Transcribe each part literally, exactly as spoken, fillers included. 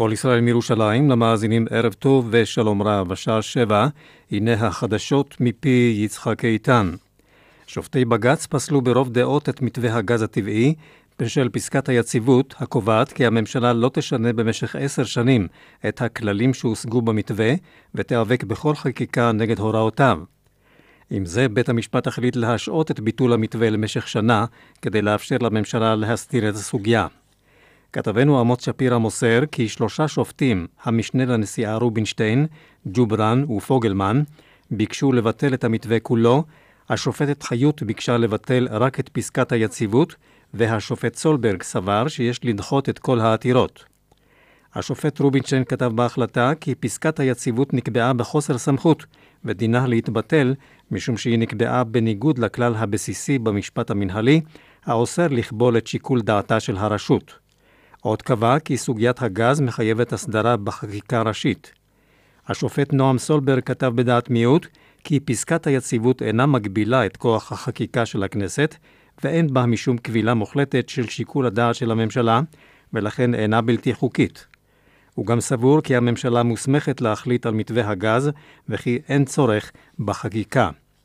כל ישראל מירושלים, למאזינים ערב טוב ושלום רב, השעה שבע, הנה החדשות מפי יצחק איתן. שופטי בג"ץ פסלו ברוב דעות את מתווה הגז הטבעי, בשל פסקת היציבות הקובעת כי הממשלה לא תשנה במשך עשר שנים את הכללים שהושגו במתווה, ותיאבק בכל חקיקה נגד הוראותיו. עם זה, בית המשפט החליט להשעות את ביטול המתווה למשך שנה, כדי לאפשר לממשלה להסתיר את הסוגיה. כתבנו עמוס שפירא מוסר כי שלושה שופטים, המשנה לנשיאה רובינשטיין, ג'וברן ופוגלמן, ביקשו לבטל את המתווה כולו, השופטת חיות ביקשה לבטל רק את פסקת היציבות, והשופט סולברג סבר שיש לדחות את כל העתירות. השופט רובינשטיין כתב בהחלטה כי פסקת היציבות נקבעה בחוסר סמכות, ודינה להתבטל משום שהיא נקבעה בניגוד לכלל הבסיסי במשפט המנהלי, האוסר לכבול את שיקול דעתה של הרשות. עוד קבע כי סוגיית הגז מחייבת הסדרה בחקיקה ראשית. השופט נועם סולברג כתב בדעת מיעוט כי פסקת היציבות אינה מגבילה את כוח החקיקה של הכנסת, ואין בה משום קבילה מוחלטת של שיקול הדעת של הממשלה, ולכן אינה בלתי חוקית. הוא גם סבור כי הממשלה מוסמכת להחליט על מתווה הגז, וכי אין צורך בחקיקה.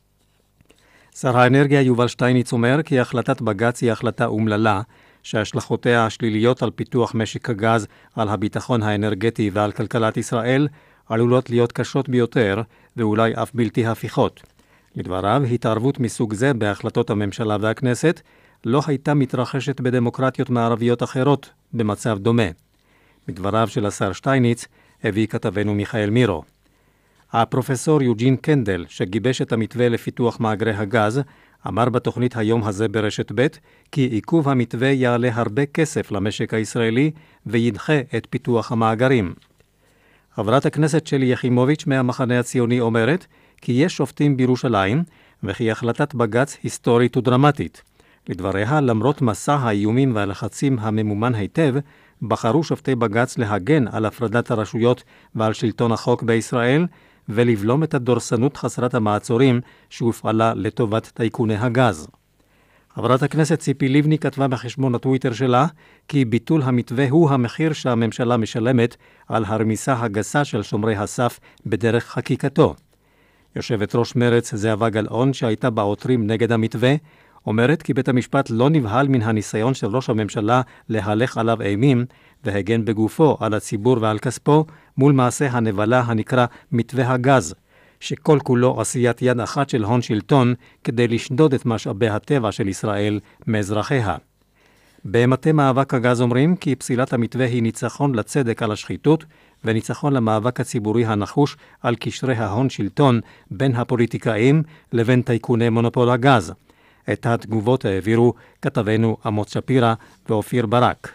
שר האנרגיה יובל שטייניץ אומר כי החלטת בג"ץ היא החלטה אומללה, שהשלכותיה השליליות על פיתוח משק הגז, על הביטחון האנרגטי ועל כלכלת ישראל, עלולות להיות קשות ביותר, ואולי אף בלתי הפיכות. לדבריו, התערבות מסוג זה בהחלטות הממשלה והכנסת לא הייתה מתרחשת בדמוקרטיות מערביות אחרות במצב דומה. מדבריו של השר שטייניץ הביא כתבנו מיכאל מירו. הפרופסור יוג'ין קנדל, שגיבש את המתווה לפיתוח מאגרי הגז, אמר בתוכנית היום הזה ברשת ב' כי עיכוב המתווה יעלה הרבה כסף למשק הישראלי וידחה את פיתוח המאגרים. חברת הכנסת שלי יחימוביץ' מהמחנה הציוני אומרת כי יש שופטים בירושלים וכי החלטת בג"ץ היסטורית ודרמטית. לדבריה, למרות מסע האיומים והלחצים הממומן היטב, בחרו שופטי בג"ץ להגן על הפרדת הרשויות ועל שלטון החוק בישראל, ולבלום את הדורסנות חסרת המעצורים שהופעלה לטובת טייקוני הגז. חברת הכנסת ציפי לבני כתבה בחשבון הטוויטר שלה כי ביטול המתווה הוא המחיר שהממשלה משלמת על הרמיסה הגסה של שומרי הסף בדרך חקיקתו. יושבת ראש מרץ זהבה גלאון, שהייתה בעותרים נגד המתווה, אומרת כי בית המשפט לא נבהל מן הניסיון של ראש הממשלה להלך עליו אימים, והגן בגופו על הציבור ועל כספו מול מעשה הנבלה הנקרא מתווה הגז, שכל כולו עשיית יד אחת של הון שלטון כדי לשדוד את משאבי הטבע של ישראל מאזרחיה. במטה מאבק הגז אומרים כי פסילת המתווה היא ניצחון לצדק על השחיתות, וניצחון למאבק הציבורי הנחוש על קשרי ההון שלטון בין הפוליטיקאים לבין טייקוני מונופול הגז. את התגובות העבירו כתבנו עמוס שפירא ואופיר ברק.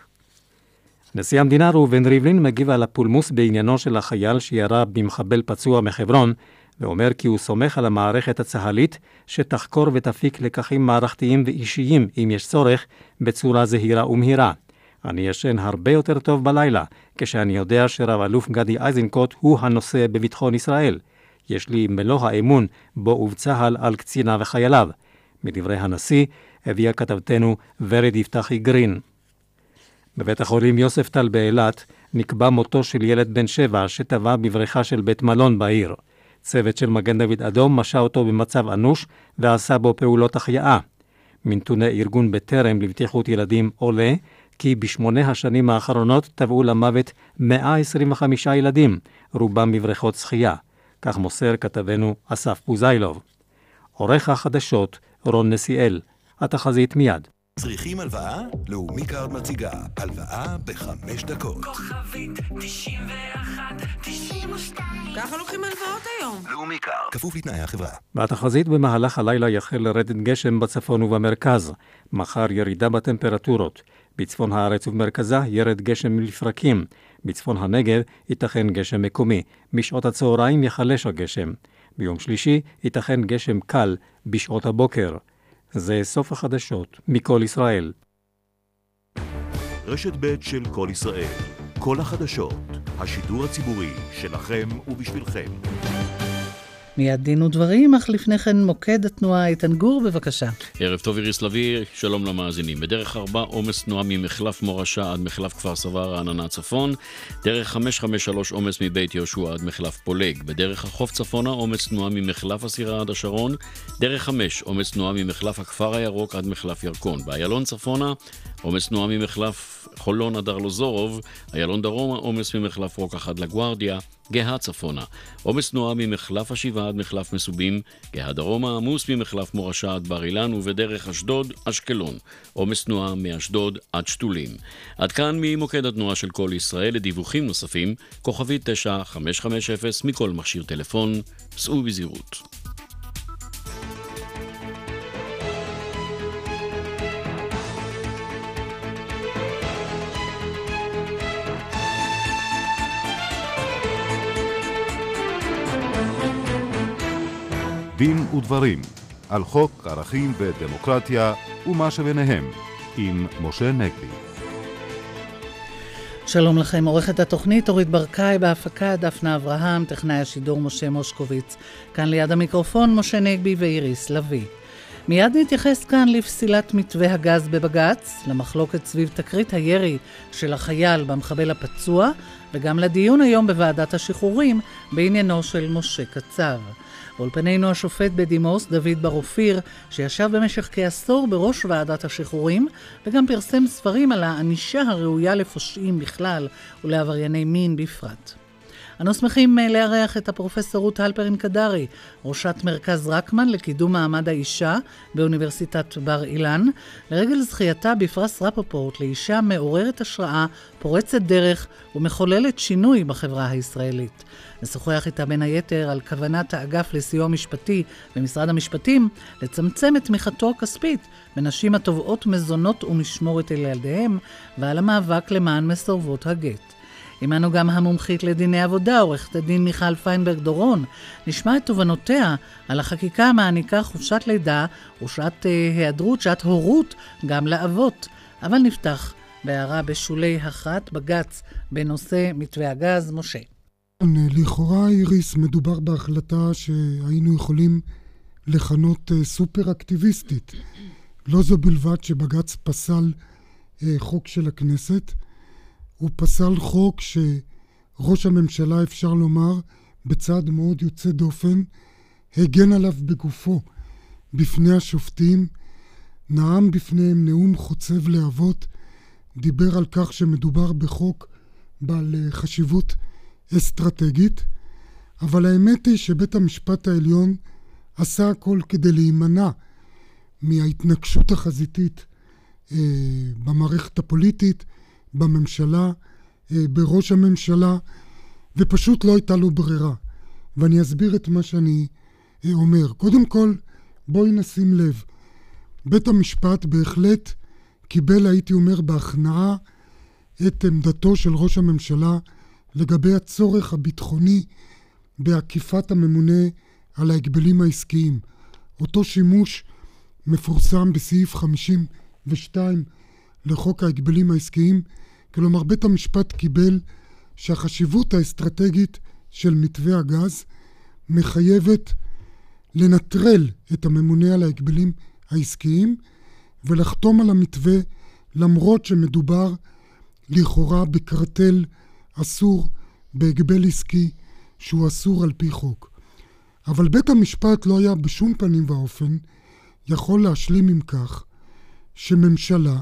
נשיא המדינה ראובן ריבלין מגיב על הפולמוס בעניינו של החייל שירה במחבל פצוע מחברון, ואומר כי הוא סומך על המערכת הצהלית שתחקור ותפיק לקחים מערכתיים ואישיים, אם יש צורך, בצורה זהירה ומהירה. אני ישן הרבה יותר טוב בלילה, כשאני יודע שרב אלוף גדי איזנקוט הוא הנושא בביטחון ישראל. יש לי מלוא האמון בו ובצהל על קצינה וחייליו. מדברי הנשיא הביאה כתבתנו ורד יפתחי גרין. בבית החולים יוספטל באילת נקבע מותו של ילד בן שבע שטבע בבריכה של בית מלון בעיר. צוות של מגן דוד אדום משע אותו במצב אנוש ועשה בו פעולות החייאה. מנתוני ארגון בטרם לבטיחות ילדים עולה כי בשמונה השנים האחרונות טבעו למוות מאה עשרים וחמישה ילדים, רובם בבריכות שחייה. כך מוסר כתבנו אסף פוזיילוב. עורך החדשות רון נסיאל. התחזית מיד. צריכים הלוואה? לאומי קארד מציגה הלוואה בחמש דקות. כוכבית תשעים ואחת תשעים ושתיים. ככה לוקחים הלוואות היום. לאומי קארד, כפוף לתנאי החברה. בתחזית במהלך הלילה יחל לרדת גשם בצפון ובמרכז. מחר ירידה בטמפרטורות. בצפון הארץ ובמרכזה ירד גשם לפרקים. בצפון הנגב ייתכן גשם מקומי. בשעות הצהריים יחלש הגשם. ביום שלישי ייתכן גשם קל בשעות הבוקר. זה סוף החדשות מכל ישראל. רשת ב' של כל ישראל. כל החדשות. השידור הציבורי שלכם ובשבילכם. מיד דין ודברים, אך לפני כן מוקד התנועה איתן גור, בבקשה. ערב טוב איריס לוי, שלום למאזינים. בדרך ארבע עומס תנועה ממחלף מורשה עד מחלף כפר סבא רעננה צפון, דרך חמש חמש שלוש עומס מבית יהושע עד מחלף פולג, בדרך החוף צפונה עומס תנועה ממחלף הסירה עד השרון, דרך חמש עומס תנועה ממחלף הכפר הירוק עד מחלף ירקון, באיילון צפונה עומס תנועה ממחלף חולון עד ארלוזורוב, איילון דרומה עומס ממחלף רוקח עד לגוארדיה, גאה צפונה עומס תנועה ממחלף השבעה עד מחלף מסובים, גאה דרומה עמוס ממחלף מורשה עד בר אילן, ובדרך אשדוד אשקלון עומס תנועה מאשדוד עד שתולים. עד כאן ממוקד התנועה של כל ישראל. לדיווחים נוספים כוכבי תשע חמש חמש אפס מכל מכשיר טלפון. סעו בזהירות. דין ודברים על חוק ערכים ודמוקרטיה ומה שביניהם עם משה נגבי. שלום לכם, עורכת התוכנית אורית ברקאי, בהפקה דפנה אברהם, טכנאי השידור משה מושקוביץ. כאן ליד המיקרופון משה נגבי ואיריס לוי. מיד נתייחס כאן לפסילת מתווה הגז בבגץ, למחלוקת סביב תקרית הירי של החייל במחבל הפצוע, וגם לדיון היום בוועדת השחרורים בעניינו של משה קצב. באולפנינו השופט בדימוס דוד בר אופיר, שישב במשך כעשור בראש ועדת השחרורים, וגם פרסם ספרים על הענישה הראויה לפושעים בכלל ולעברייני מין בפרט. אנו שמחים לארח את הפרופסור רות הלפרין קדרי, ראשת מרכז רקמן לקידום מעמד האישה באוניברסיטת בר אילן, לרגל זכייתה בפרס רפופורט לאישה מעוררת השראה, פורצת דרך ומחוללת שינוי בחברה הישראלית. נשוחח איתה בין היתר על כוונת האגף לסיוע משפטי במשרד המשפטים לצמצם את תמיכתו הכספית בנשים התובעות מזונות ומשמורת אל ילדיהם, ועל המאבק למען מסורבות הגט. עמנו גם המומחית לדיני עבודה, עורכת הדין מיכל פיינברג דורון. נשמע את תובנותיה על החקיקה המעניקה חופשת לידה ושעת היעדרות, שעת הורות גם לאבות. אבל נפתח בהערה בשולי הכרעת בג"ץ בנושא מתווה הגז. משה. לכאורה איריס, מדובר בהחלטה שהיינו יכולים לכנות סופר אקטיביסטית. לא זו בלבד שבג"ץ פסל חוק של הכנסת, הוא פסל חוק שראש הממשלה, אפשר לומר, בצעד מאוד יוצא דופן, הגן עליו בגופו בפני השופטים, נאם בפניהם נאום חוצב להבות, דיבר על כך שמדובר בחוק בעל חשיבות אסטרטגית, אבל האמת היא שבית המשפט העליון עשה הכל כדי להימנע מההתנגשות החזיתית אה, במערכת הפוליטית, בממשלה, אה, בראש הממשלה, ופשוט לא הייתה לו ברירה. ואני אסביר את מה שאני אה, אומר. קודם כל, בואי נשים לב, בית המשפט בהחלט קיבל, הייתי אומר, בהכנעה את עמדתו של ראש הממשלה לגבי הצורך הביטחוני בעקיפת הממונה על ההגבלים העסקיים. אותו שימוש מפורסם בסעיף חמישים ושתיים לחוק ההגבלים העסקיים, כלומר בית המשפט קיבל שהחשיבות האסטרטגית של מתווה הגז מחייבת לנטרל את הממונה על ההגבלים העסקיים ולחתום על המתווה, למרות שמדובר לכאורה בקרטל אסור, בהגבל עסקי שהוא אסור על פי חוק. אבל בית המשפט לא היה בשום פנים ואופן יכול להשלים עם כך שממשלה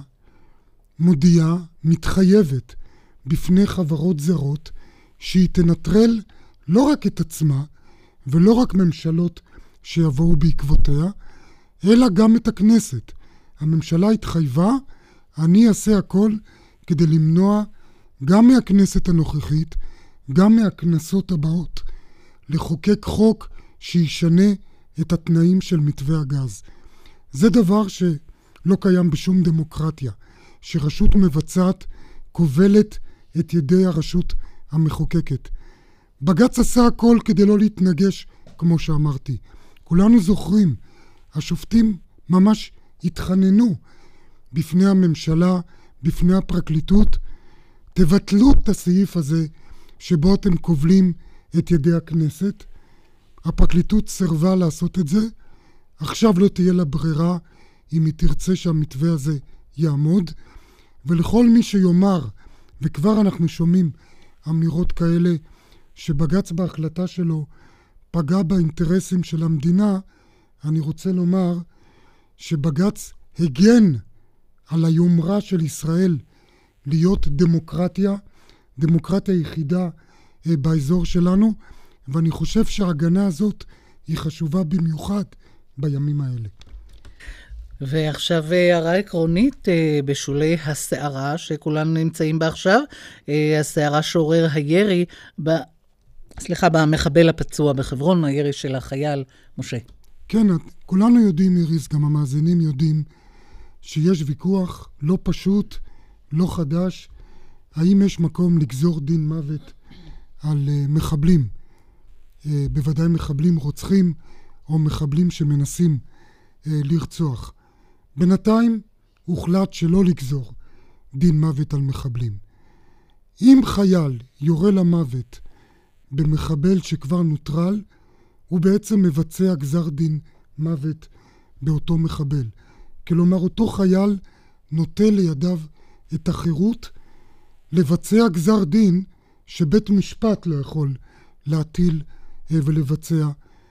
מודיעה, מתחייבת בפני חברות זרות, שהיא תנטרל לא רק את עצמה ולא רק ממשלות שיבואו בעקבותיה, אלא גם את הכנסת. הממשלה התחייבה, אני אעשה הכל כדי למנוע גם מהכנסת הנוכחית, גם מהכנסות הבאות, לחוקק חוק שישנה את התנאים של מתווה הגז. זה דבר שלא קיים בשום דמוקרטיה, שרשות מבצעת כובלת את ידי הרשות המחוקקת. בג"ץ עשה הכל כדי לא להתנגש, כמו שאמרתי. כולנו זוכרים, השופטים ממש התחננו בפני הממשלה, בפני הפרקליטות, תבטלו את הסעיף הזה שבו אתם כובלים את ידי הכנסת. הפרקליטות סירבה לעשות את זה. עכשיו לא תהיה לה ברירה אם היא תרצה שהמתווה הזה יעמוד. ולכל מי שיאמר, וכבר אנחנו שומעים אמירות כאלה, שבג"ץ בהחלטה שלו פגע באינטרסים של המדינה, אני רוצה לומר שבג"ץ הגן על היומרה של ישראל להיות דמוקרטיה, דמוקרטיה יחידה באזור שלנו, ואני חושב שההגנה הזאת היא חשובה במיוחד בימים האלה. ועכשיו הערה עקרונית בשולי הסערה שכולנו נמצאים בה עכשיו, הסערה שעורר הירי, ב... סליחה, במחבל הפצוע בחברון, הירי של החייל משה. כן, כולנו יודעים, איריס, גם המאזינים יודעים, שיש ויכוח לא פשוט, לא חדש, האם יש מקום לגזור דין מוות על uh, מחבלים, uh, בוודאי מחבלים רוצחים, או מחבלים שמנסים uh, לרצוח. בינתיים הוחלט שלא לגזור דין מוות על מחבלים. אם חייל יורה למוות במחבל שכבר נוטרל, הוא בעצם מבצע גזר דין מוות באותו מחבל. כלומר, אותו חייל נוטל לידיו את החירות לבצע גזר דין שבית משפט לא יכול להטיל ולבצע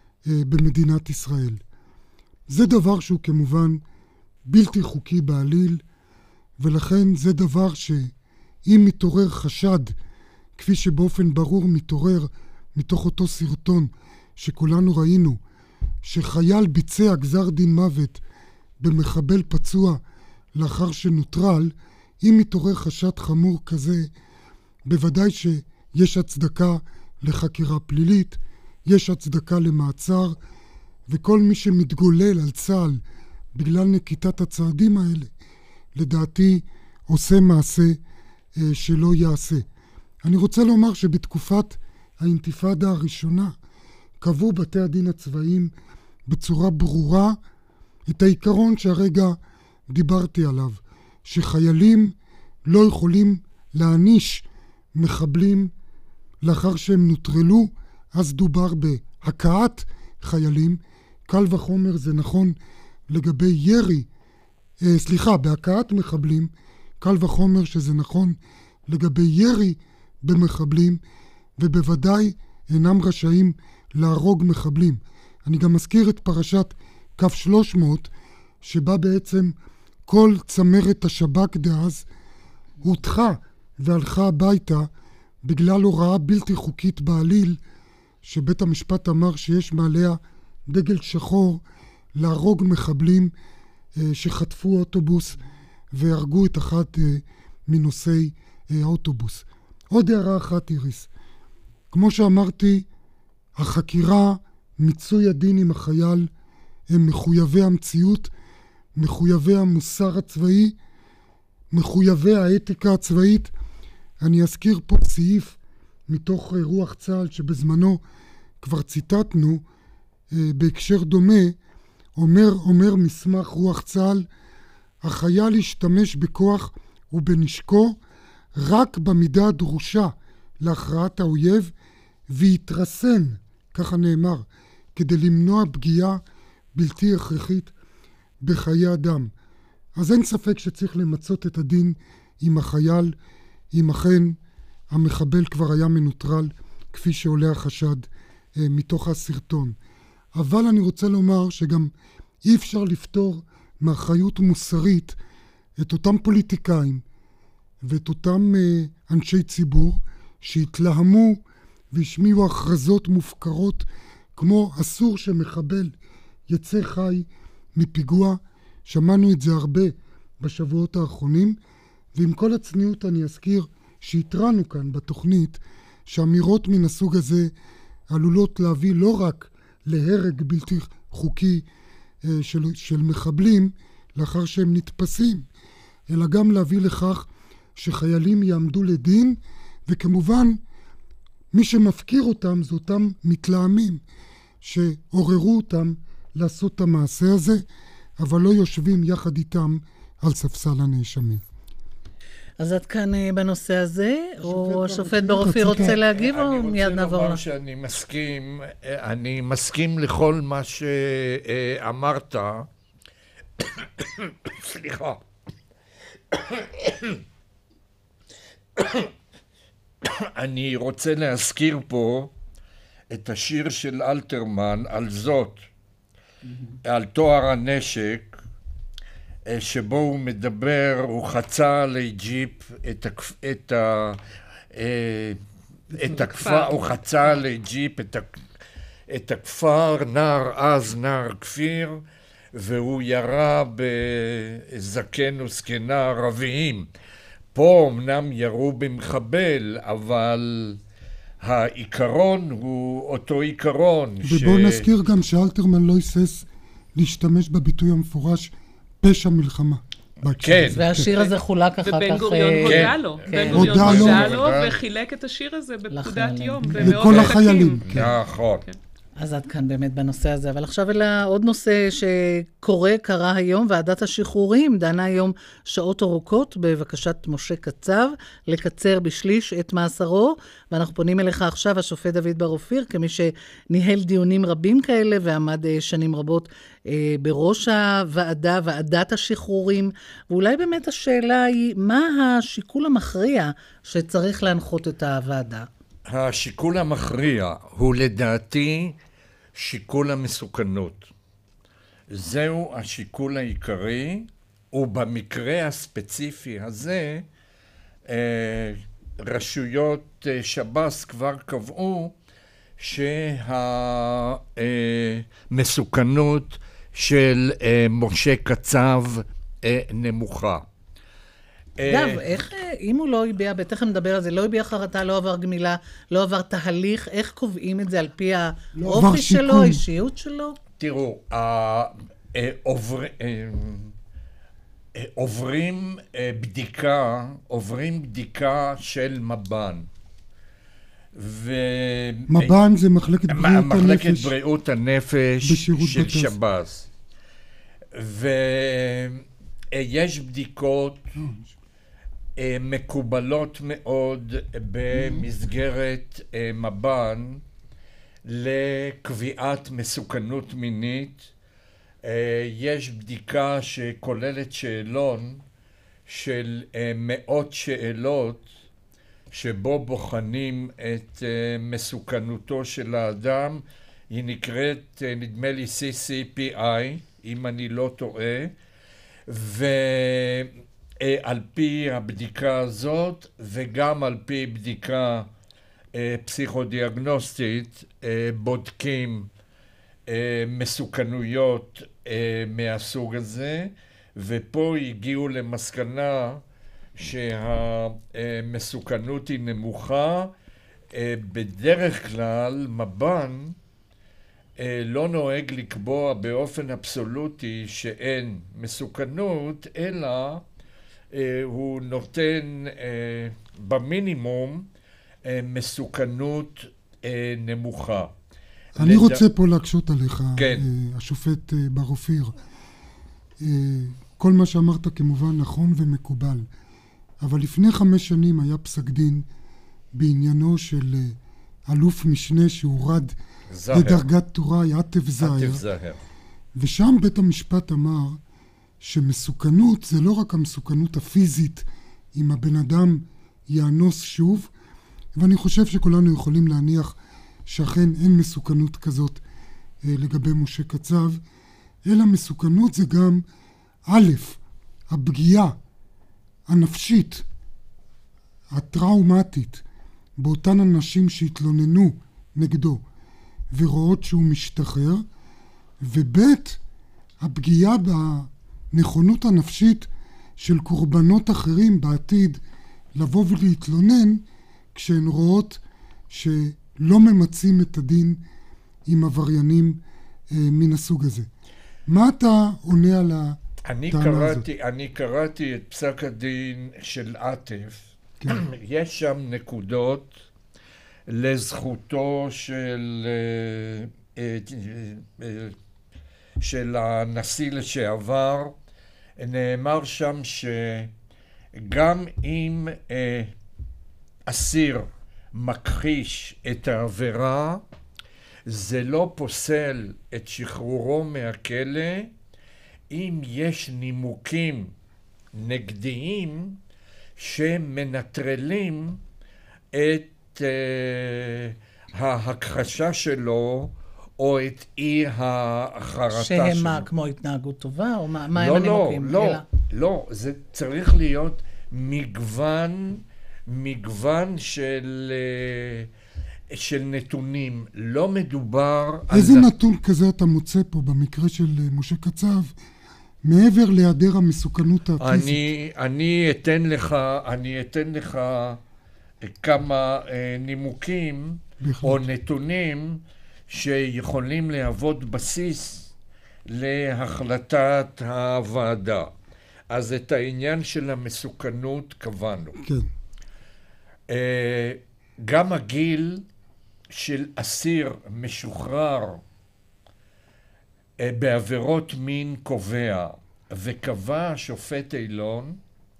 במדינת ישראל. זה דבר שהוא כמובן בלתי חוקי בעליל, ולכן זה דבר שאם מתעורר חשד, כפי שבאופן ברור מתעורר מתוך אותו סרטון שכולנו ראינו, שחייל ביצע גזר דין מוות במחבל פצוע לאחר שנוטרל, אם מתעורר חשד חמור כזה, בוודאי שיש הצדקה לחקירה פלילית, יש הצדקה למעצר, וכל מי שמתגולל על צה"ל בגלל נקיטת הצעדים האלה, לדעתי עושה מעשה אה, שלא יעשה. אני רוצה לומר שבתקופת האינתיפאדה הראשונה, קבעו בתי הדין הצבאיים בצורה ברורה את העיקרון שהרגע דיברתי עליו, שחיילים לא יכולים להעניש מחבלים לאחר שהם נוטרלו. אז דובר בהכאת חיילים, קל וחומר זה נכון לגבי ירי, אה, סליחה, בהכאת מחבלים, קל וחומר שזה נכון לגבי ירי במחבלים, ובוודאי אינם רשאים להרוג מחבלים. אני גם מזכיר את פרשת קו שלוש מאות, שבה בעצם כל צמרת השב"כ דאז הודחה והלכה הביתה בגלל הוראה בלתי חוקית בעליל, שבית המשפט אמר שיש מעליה דגל שחור להרוג מחבלים אה, שחטפו אוטובוס והרגו את אחד אה, מנוסעי אה, האוטובוס. עוד הערה אחת, איריס. כמו שאמרתי, החקירה, מיצוי הדין עם החייל, הם מחויבי המציאות, מחויבי המוסר הצבאי, מחויבי האתיקה הצבאית. אני אזכיר פה סעיף מתוך רוח צה"ל שבזמנו כבר ציטטנו אה, בהקשר דומה. אומר, אומר מסמך רוח צה"ל, החייל ישתמש בכוח ובנשקו רק במידה הדרושה להכרעת האויב, ויתרסן, ככה נאמר, כדי למנוע פגיעה בלתי הכרחית בחיי אדם. אז אין ספק שצריך למצות את הדין עם החייל, אם אכן המחבל כבר היה מנוטרל, כפי שעולה החשד אה, מתוך הסרטון. אבל אני רוצה לומר שגם אי אפשר לפתור מאחריות מוסרית את אותם פוליטיקאים ואת אותם אה, אנשי ציבור שהתלהמו והשמיעו הכרזות מופקרות כמו אסור שמחבל יצא חי מפיגוע. שמענו את זה הרבה בשבועות האחרונים, ועם כל הצניעות אני אזכיר שהתרענו כאן בתוכנית שאמירות מן הסוג הזה עלולות להביא לא רק להרג בלתי חוקי אה, של, של מחבלים לאחר שהם נתפסים, אלא גם להביא לכך שחיילים יעמדו לדין, וכמובן מי שמפקיר אותם זה אותם מתלהמים שעוררו אותם לעשות את המעשה הזה, אבל לא יושבים יחד איתם על ספסל הנאשמים. אז עד כאן בנושא הזה, או השופט בר אופיר רוצה להגיב, או מיד נעבור? אני רוצה לומר שאני מסכים, אני מסכים לכל מה שאמרת. סליחה. אני רוצה להזכיר פה את השיר של אלתרמן על זאת, על טוהר הנשק, שבו הוא מדבר, הוא חצה עלי ג'יפ את הכפ... את ה... את הכפר, הוא חצה עלי ג'יפ את, ה... את הכפר, נער אז נער כפיר, והוא ירה בזקן וזקנה ערביים. פה אמנם ירו במחבל, אבל העיקרון הוא אותו עיקרון. ובואו ש... נזכיר גם שאלתרמן לא היסס להשתמש בביטוי המפורש פשע מלחמה. כן. והשיר הזה חולק אחר כך... ובן גוריון הודע לו. בן גוריון הודע לו וחילק את השיר הזה בפקודת יום. לכל החיילים. נכון. אז עד כאן באמת בנושא הזה. אבל עכשיו אלא עוד נושא שקורה, קרה היום, ועדת השחרורים דנה היום שעות ארוכות בבקשת משה קצב לקצר בשליש את מאסרו, ואנחנו פונים אליך עכשיו, השופט דוד בר אופיר, כמי שניהל דיונים רבים כאלה ועמד שנים רבות בראש הוועדה, ועדת השחרורים, ואולי באמת השאלה היא, מה השיקול המכריע שצריך להנחות את הוועדה? השיקול המכריע הוא לדעתי שיקול המסוכנות. זהו השיקול העיקרי, ובמקרה הספציפי הזה, רשויות שב"ס כבר קבעו שהמסוכנות של משה קצב נמוכה. אגב, איך, אם הוא לא הביע, בטח נדבר על זה, לא הביע חרטה, לא עבר גמילה, לא עבר תהליך, איך קובעים את זה על פי האופי שלו, האישיות שלו? תראו, עוברים בדיקה, עוברים בדיקה של מב"ן. מב"ן זה מחלקת בריאות הנפש. מחלקת בריאות הנפש של שב"ס. ויש בדיקות מקובלות מאוד במסגרת מב"ן לקביעת מסוכנות מינית. יש בדיקה שכוללת שאלון של מאות שאלות שבו בוחנים את מסוכנותו של האדם. היא נקראת, נדמה לי, סי סי פי איי, אם אני לא טועה, ועל פי הבדיקה הזאת וגם על פי בדיקה פסיכודיאגנוסטית בודקים מסוכנויות מהסוג הזה, ופה הגיעו למסקנה שהמסוכנות היא נמוכה. בדרך כלל מב"ן לא נוהג לקבוע באופן אבסולוטי שאין מסוכנות, אלא הוא נותן במינימום מסוכנות נמוכה. אני לד... רוצה פה להקשות עליך, כן. השופט בר אופיר. כל מה שאמרת כמובן נכון ומקובל, אבל לפני חמש שנים היה פסק דין בעניינו של אלוף משנה שהורד לדרגת טוראי, עטף זהר, ושם בית המשפט אמר שמסוכנות זה לא רק המסוכנות הפיזית אם הבן אדם יאנוס שוב, ואני חושב שכולנו יכולים להניח שאכן אין מסוכנות כזאת אה, לגבי משה קצב, אלא מסוכנות זה גם א', הפגיעה הנפשית, הטראומטית, באותן אנשים שהתלוננו נגדו ורואות שהוא משתחרר, וב', הפגיעה בנכונות הנפשית של קורבנות אחרים בעתיד לבוא ולהתלונן כשהן רואות שלא ממצים את הדין עם עבריינים אה, מן הסוג הזה. מה אתה עונה על הטענה הזאת? אני קראתי את פסק הדין של עטף. כן. יש שם נקודות לזכותו של, של הנשיא לשעבר. נאמר שם גם אם אה, אסיר מכחיש את העבירה, זה לא פוסל את שחרורו מהכלא אם יש נימוקים נגדיים שמנטרלים את אה, ההכחשה שלו או את אי החרטה שלו. שהם מה, כמו התנהגות טובה, או מה, מה לא, הם הנימוקים? לא, לא, לא, זה צריך להיות מגוון, מגוון של, של נתונים. לא מדובר... איזה על... נתון כזה אתה מוצא פה במקרה של משה קצב, מעבר להיעדר המסוכנות הפיזית? אני, אני אתן לך, אני אתן לך כמה נימוקים בכלל. או נתונים שיכולים להוות בסיס להחלטת הוועדה. אז את העניין של המסוכנות קבענו. כן. גם הגיל של אסיר משוחרר בעבירות מין קובע, וקבע שופט אילון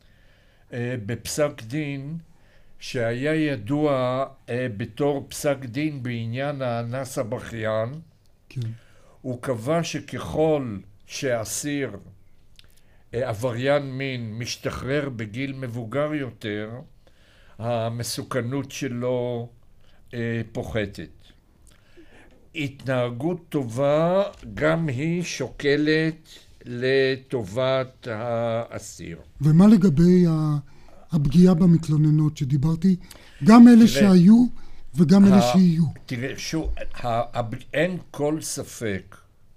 בפסק דין שהיה ידוע בתור פסק דין בעניין האנס הבכיין. כן. הוא קבע שככל שאסיר עבריין מין משתחרר בגיל מבוגר יותר, המסוכנות שלו פוחתת. התנהגות טובה גם היא שוקלת לטובת האסיר. ומה לגבי הפגיעה במתלוננות שדיברתי? גם אלה שהיו וגם אלה שיהיו. תראה, שוב, אין כל ספק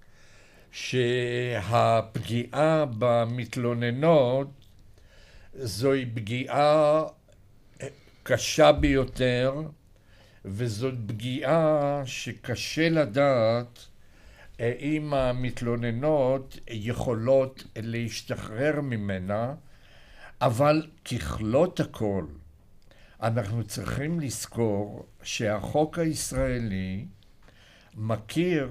שהפגיעה במתלוננות זוהי פגיעה קשה ביותר, וזאת פגיעה שקשה לדעת אם המתלוננות יכולות להשתחרר ממנה, אבל ככלות הכל, אנחנו צריכים לזכור שהחוק הישראלי מכיר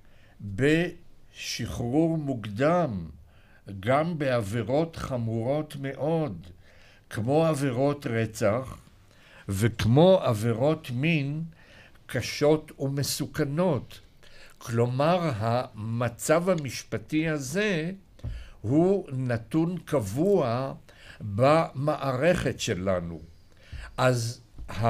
בשחרור מוקדם גם בעבירות חמורות מאוד, כמו עבירות רצח וכמו עבירות מין קשות ומסוכנות. כלומר, המצב המשפטי הזה הוא נתון קבוע במערכת שלנו. אז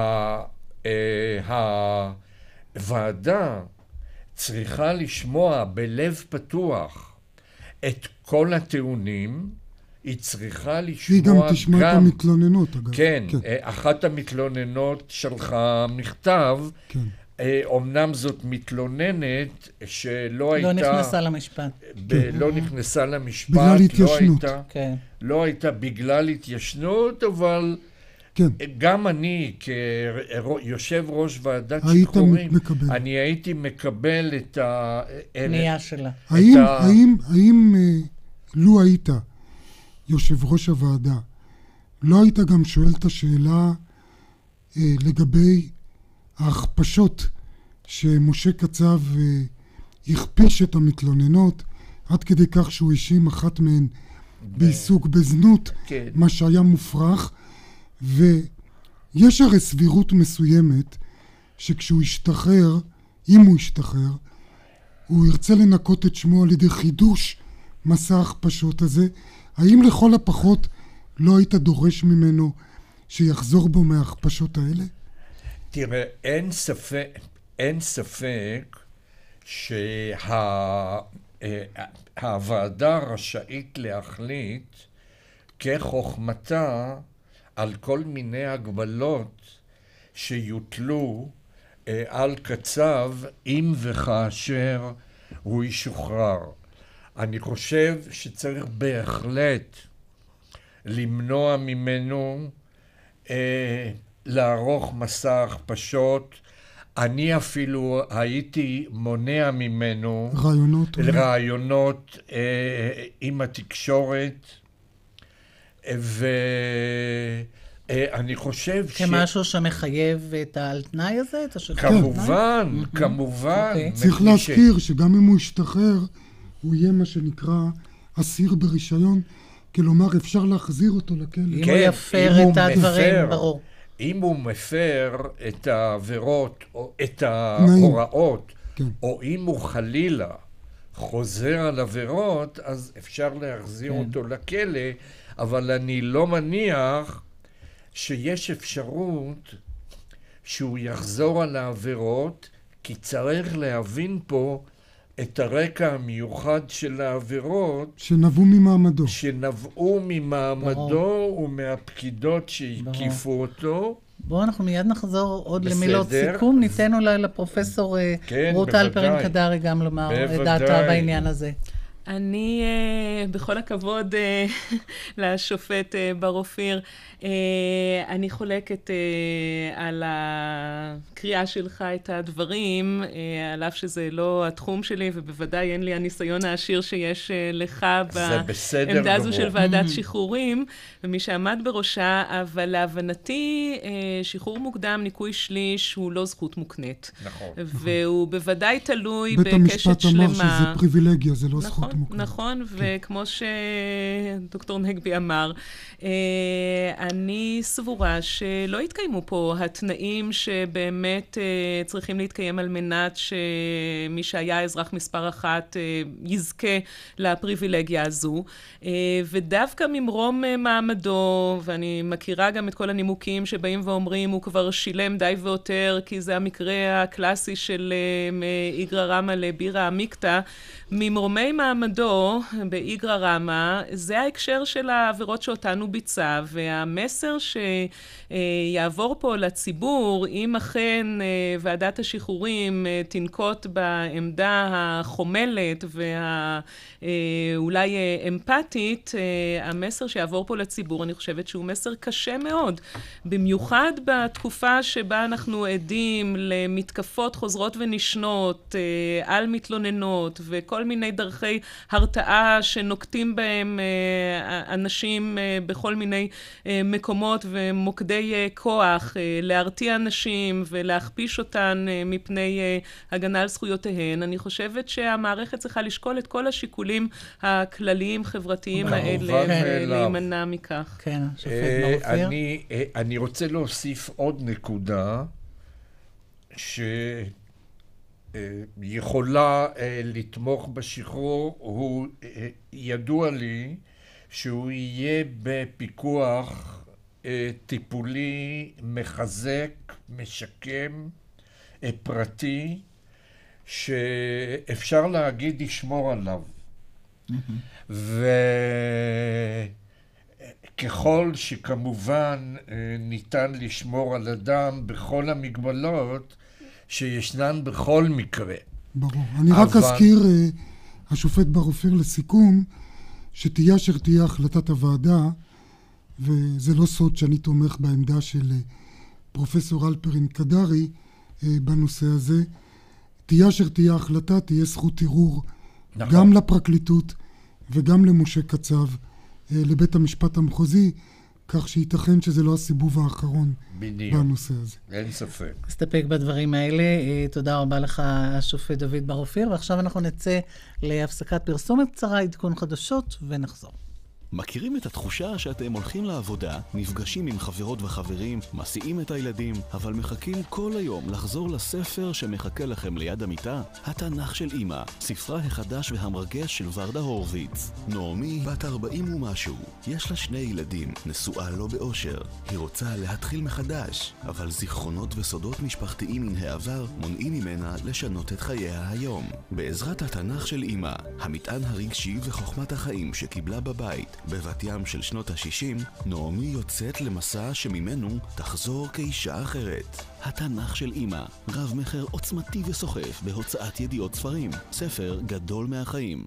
הוועדה צריכה לשמוע בלב פתוח את כל הטיעונים, היא צריכה לשמוע גם... היא גם תשמע גם, את המתלוננות, אגב. כן, כן, אחת המתלוננות שלחה מכתב, כן. אומנם זאת מתלוננת שלא הייתה... לא נכנסה למשפט. ב- לא נכנסה למשפט. בגלל התיישנות. לא הייתה, כן. לא הייתה בגלל התיישנות, אבל כן. גם אני כיושב ראש ועדת שחרורים, מקבל. אני הייתי מקבל את ה... פנייה שלה. האם, ה... האם, האם לו היית יושב ראש הוועדה, לא היית גם שואל את השאלה אה, לגבי ההכפשות שמשה קצב אה, הכפיש את המתלוננות, עד כדי כך שהוא האשים אחת מהן בעיסוק בזנות, כן. מה שהיה מופרך, ויש הרי סבירות מסוימת שכשהוא ישתחרר, אם הוא ישתחרר, הוא ירצה לנקות את שמו על ידי חידוש מסע ההכפשות הזה. האם לכל הפחות לא היית דורש ממנו שיחזור בו מההכפשות האלה? תראה, אין ספק, אין ספק שהוועדה רשאית להחליט כחוכמתה על כל מיני הגבלות שיוטלו על קצב אם וכאשר הוא ישוחרר. אני חושב שצריך בהחלט למנוע ממנו אה, לערוך מסע הכפשות. אני אפילו הייתי מונע ממנו רעיונות, רעיונות אה, עם התקשורת, ואני חושב ש... כמשהו שמחייב את העל-תנאי הזה? את השחרור? כמובן, כמובן. צריך להזכיר שגם אם הוא ישתחרר, הוא יהיה מה שנקרא אסיר ברישיון, כלומר, אפשר להחזיר אותו לכלא. אם הוא יפר את הדברים, ברור. אם הוא מפר את העבירות, או את ההוראות, או אם הוא חלילה חוזר על עבירות, אז אפשר להחזיר אותו לכלא, אבל אני לא מניח שיש אפשרות שהוא יחזור על העבירות, כי צריך להבין פה את הרקע המיוחד של העבירות שנבעו ממעמדו שנבעו ממעמדו ומהפקידות שהקיפו אותו. בואו אנחנו מיד נחזור עוד בסדר. למילות סיכום. ניתן אולי לפרופסור כן, רות אלפרין קדרי גם לומר את דעתה בעניין הזה. אני, uh, בכל הכבוד uh, לשופט uh, בר אופיר, uh, אני חולקת uh, על הקריאה שלך את הדברים, uh, על אף שזה לא התחום שלי, ובוודאי אין לי הניסיון העשיר שיש uh, לך בעמדה הזו של ועדת שחרורים, ומי שעמד בראשה, אבל להבנתי, uh, שחרור מוקדם, ניקוי שליש, הוא לא זכות מוקנית. נכון. והוא בוודאי תלוי בקשת שלמה. בית המשפט אמר שזה פריבילגיה, זה לא נכון. זכות מוקנית. נכון, וכמו שדוקטור נגבי אמר, אני סבורה שלא יתקיימו פה התנאים שבאמת צריכים להתקיים על מנת שמי שהיה אזרח מספר אחת יזכה לפריבילגיה הזו, ודווקא ממרום מעמדו, ואני מכירה גם את כל הנימוקים שבאים ואומרים, הוא כבר שילם די ויותר, כי זה המקרה הקלאסי של איגרא רמא לבירא עמיקתא, ממרומי מעמדו באיגרא רמא, זה ההקשר של העבירות שאותנו ביצע, והמסר שיעבור פה לציבור, אם אכן ועדת השחרורים תנקוט בעמדה החומלת ואולי אמפתית, המסר שיעבור פה לציבור, אני חושבת שהוא מסר קשה מאוד, במיוחד בתקופה שבה אנחנו עדים למתקפות חוזרות ונשנות על מתלוננות וכל מיני דרכי הרתעה שנוקטים בהם אנשים בכל מיני מקומות ומוקדי כוח, להרתיע אנשים ולהכפיש אותן מפני הגנה על זכויותיהן. אני חושבת שהמערכת צריכה לשקול את כל השיקולים הכלליים חברתיים האלה ולהימנע מכך. כן, שופט בר אופיר. אני, אני רוצה להוסיף עוד נקודה ש... יכולה לתמוך בשחרור. הוא ידוע לי שהוא יהיה בפיקוח טיפולי מחזק, משקם, פרטי, שאפשר להגיד ישמור עליו. וככל שכמובן ניתן לשמור על אדם בכל המגבלות שישנן בכל מקרה. ברור. אני רק אבל... אזכיר, uh, השופט בר אופיר לסיכום, שתהיה אשר תהיה החלטת הוועדה, וזה לא סוד שאני תומך בעמדה של uh, פרופסור אלפרין קדרי uh, בנושא הזה, תהיה אשר תהיה החלטה, תהיה זכות ערעור, נכון. גם לפרקליטות וגם למשה קצב, uh, לבית המשפט המחוזי, כך שייתכן שזה לא הסיבוב האחרון בדיוק. בנושא הזה. אין ספק. נסתפק בדברים האלה. תודה רבה לך, השופט דוד בר אופיר, ועכשיו אנחנו נצא להפסקת פרסומת קצרה, עדכון חדשות, ונחזור. מכירים את התחושה שאתם הולכים לעבודה, נפגשים עם חברות וחברים, מסיעים את הילדים, אבל מחכים כל היום לחזור לספר שמחכה לכם ליד המיטה? התנ"ך של אמא, ספרה החדש והמרגש של ורדה הורוביץ. נעמי בת ארבעים ומשהו, יש לה שני ילדים, נשואה לא באושר. היא רוצה להתחיל מחדש, אבל זיכרונות וסודות משפחתיים מן העבר מונעים ממנה לשנות את חייה היום. בעזרת התנ"ך של אמא, המטען הרגשי וחוכמת החיים שקיבלה בבית, בבת ים של שנות ה-שישים, נעמי יוצאת למסע שממנו תחזור כאישה אחרת. התנ"ך של אמא, רב מחר עוצמתי וסוחף בהוצאת ידיעות ספרים, ספר גדול מהחיים.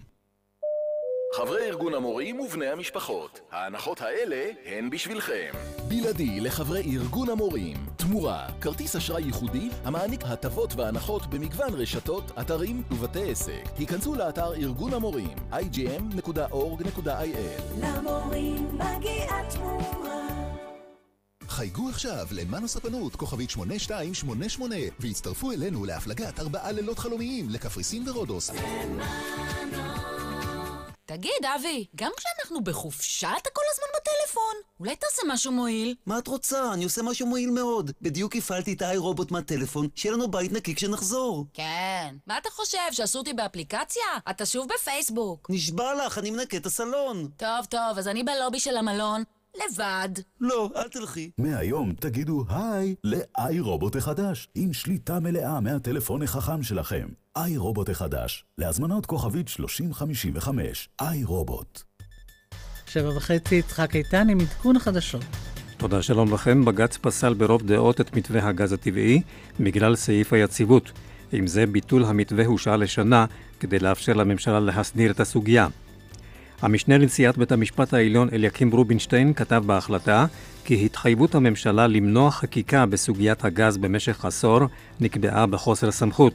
חברי ארגון המורים ובני המשפחות, ההנחות האלה הן בשבילכם. בלעדי לחברי ארגון המורים. תמורה, כרטיס אשראי ייחודי המעניק הטבות והנחות במגוון רשתות, אתרים ובתי עסק. היכנסו לאתר ארגון המורים, איי ג'י אם נקודה אורג נקודה איי אל. למורים מגיעה תמורה. חייגו עכשיו למנו ספנות כוכבית שמונה שתיים שמונה שמונה והצטרפו אלינו להפלגת ארבעה לילות חלומיים לקפריסין ורודוס. תגיד, אבי, גם כשאנחנו בחופשה אתה כל הזמן בטלפון? אולי תעשה משהו מועיל? מה את רוצה? אני עושה משהו מועיל מאוד. בדיוק הפעלתי את האי-רובוט מהטלפון, שיהיה לנו בית נקי כשנחזור. כן. מה אתה חושב, שעשו אותי באפליקציה? אתה שוב בפייסבוק. נשבע לך, אני מנקה את הסלון. טוב, טוב, אז אני בלובי של המלון. לבד. לא, אל תלכי. מהיום תגידו היי לאיי רובוט החדש, עם שליטה מלאה מהטלפון החכם שלכם. איי רובוט החדש, להזמנות כוכבית שלושים חמישים וחמש. איי רובוט. שבע וחצי, יצחק איתן עם עדכון החדשות. תודה, שלום לכם. בג"ץ פסל ברוב דעות את מתווה הגז הטבעי בגלל סעיף היציבות. עם זה ביטול המתווה הושעה לשנה כדי לאפשר לממשלה להסדיר את הסוגיה. המשנה לנשיאת בית המשפט העליון אליקים רובינשטיין כתב בהחלטה כי התחייבות הממשלה למנוע חקיקה בסוגיית הגז במשך עשור נקבעה בחוסר סמכות.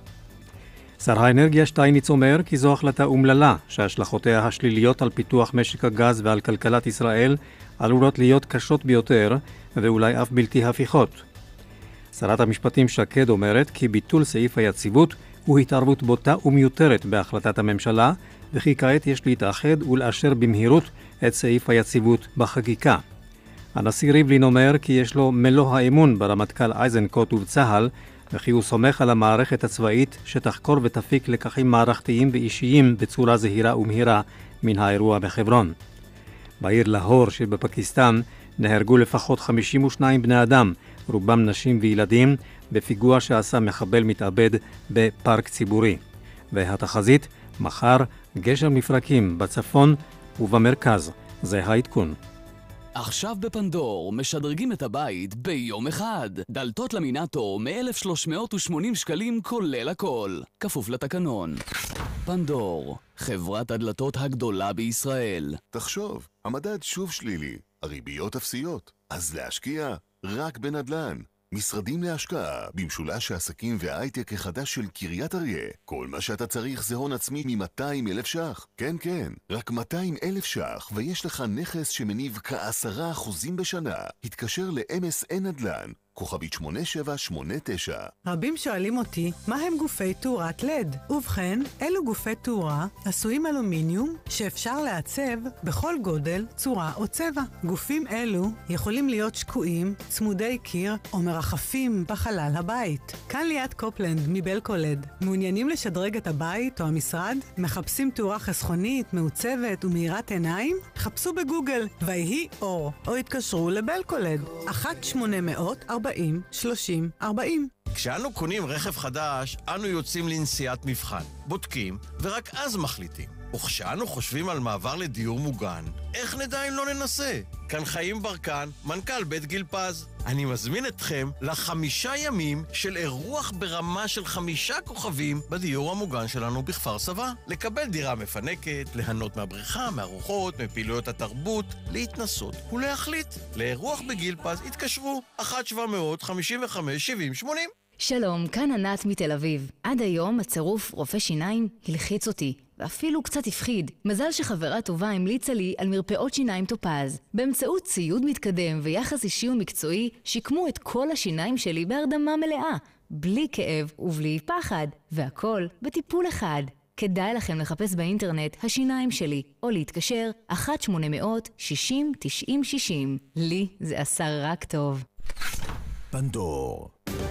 שר האנרגיה שטייניץ אומר כי זו החלטה אומללה שהשלכותיה השליליות על פיתוח משק הגז ועל כלכלת ישראל עלולות להיות קשות ביותר ואולי אף בלתי הפיכות. שרת המשפטים שקד אומרת כי ביטול סעיף היציבות הוא התערבות בוטה ומיותרת בהחלטת הממשלה, וכי כעת יש להתאחד ולאשר במהירות את סעיף היציבות בחקיקה. הנשיא ריבלין אומר כי יש לו מלוא האמון ברמטכ"ל איזנקוט ובצה"ל, וכי הוא סומך על המערכת הצבאית שתחקור ותפיק לקחים מערכתיים ואישיים בצורה זהירה ומהירה מן האירוע בחברון. בעיר להור שבפקיסטן נהרגו לפחות חמישים ושניים בני אדם, רובם נשים וילדים, בפיגוע שעשה מחבל מתאבד בפארק ציבורי. והתחזית, מחר גשם מפרקים בצפון ובמרכז. זה העדכון. עכשיו בפנדור משדרגים את הבית ביום אחד. דלתות למינטו מ-אלף שלוש מאות ושמונים שקלים כולל הכל. כפוף לתקנון. פנדור, חברת הדלתות הגדולה בישראל. תחשוב, המדד שוב שלילי, הריביות אפסיות. אז להשקיע רק בנדל"ן. משרדים להשקעה במשולש העסקים וההייטק החדש של קריית אריה. כל מה שאתה צריך זה הון עצמי מ-מאתיים אלף ש"ח. כן, כן, רק מאתיים אלף ש"ח, ויש לך נכס שמניב כעשרה אחוזים בשנה. התקשר ל-אם אס אן נדל"ן, כוכבית שמונה שבע שמונה תשע. רבים שואלים אותי, מה הם גופי תאורת לד? ובכן, אלו גופי תאורה עשויים אלומיניום שאפשר לעצב בכל גודל, צורה או צבע. גופים אלו יכולים להיות שקועים, צמודי קיר או מרחפים בחלל הבית. כאן ליד קופלנד מבלקולד. מעוניינים לשדרג את הבית או המשרד? מחפשים תאורה חסכונית, מעוצבת ומאירת עיניים? חפשו בגוגל ויהי אור או התקשרו לבלקולד אחת שמונה מאות ארבעים שלושים ארבעים. כשאנו קונים רכב חדש, אנו יוצאים לנסיעת מבחן, בודקים ורק אז מחליטים. וכשאנו חושבים על מעבר לדיור מוגן, איך נדע אם לא ננסה? כאן חיים ברקן, מנכ"ל בית גיל פז. אני מזמין אתכם לחמישה ימים של אירוח ברמה של חמישה כוכבים בדיור המוגן שלנו בכפר סבא. לקבל דירה מפנקת, ליהנות מהבריכה, מהרוחות, מפעילויות התרבות, להתנסות ולהחליט. לאירוח בגיל פז התקשרו אחת שבע מאות חמישים וחמש שבעים שמונים. שלום, כאן ענת מתל אביב. עד היום הצירוף רופא שיניים הלחיץ אותי, ואפילו קצת הפחיד. מזל שחברה טובה המליצה לי על מרפאות שיניים טופז. באמצעות ציוד מתקדם ויחס אישי ומקצועי, שיקמו את כל השיניים שלי בהרדמה מלאה, בלי כאב ובלי פחד, והכל בטיפול אחד. כדאי לכם לחפש באינטרנט השיניים שלי, או להתקשר אחת שמונה מאות שישים תשעים שישים. לי זה עשה רק טוב. פנדור.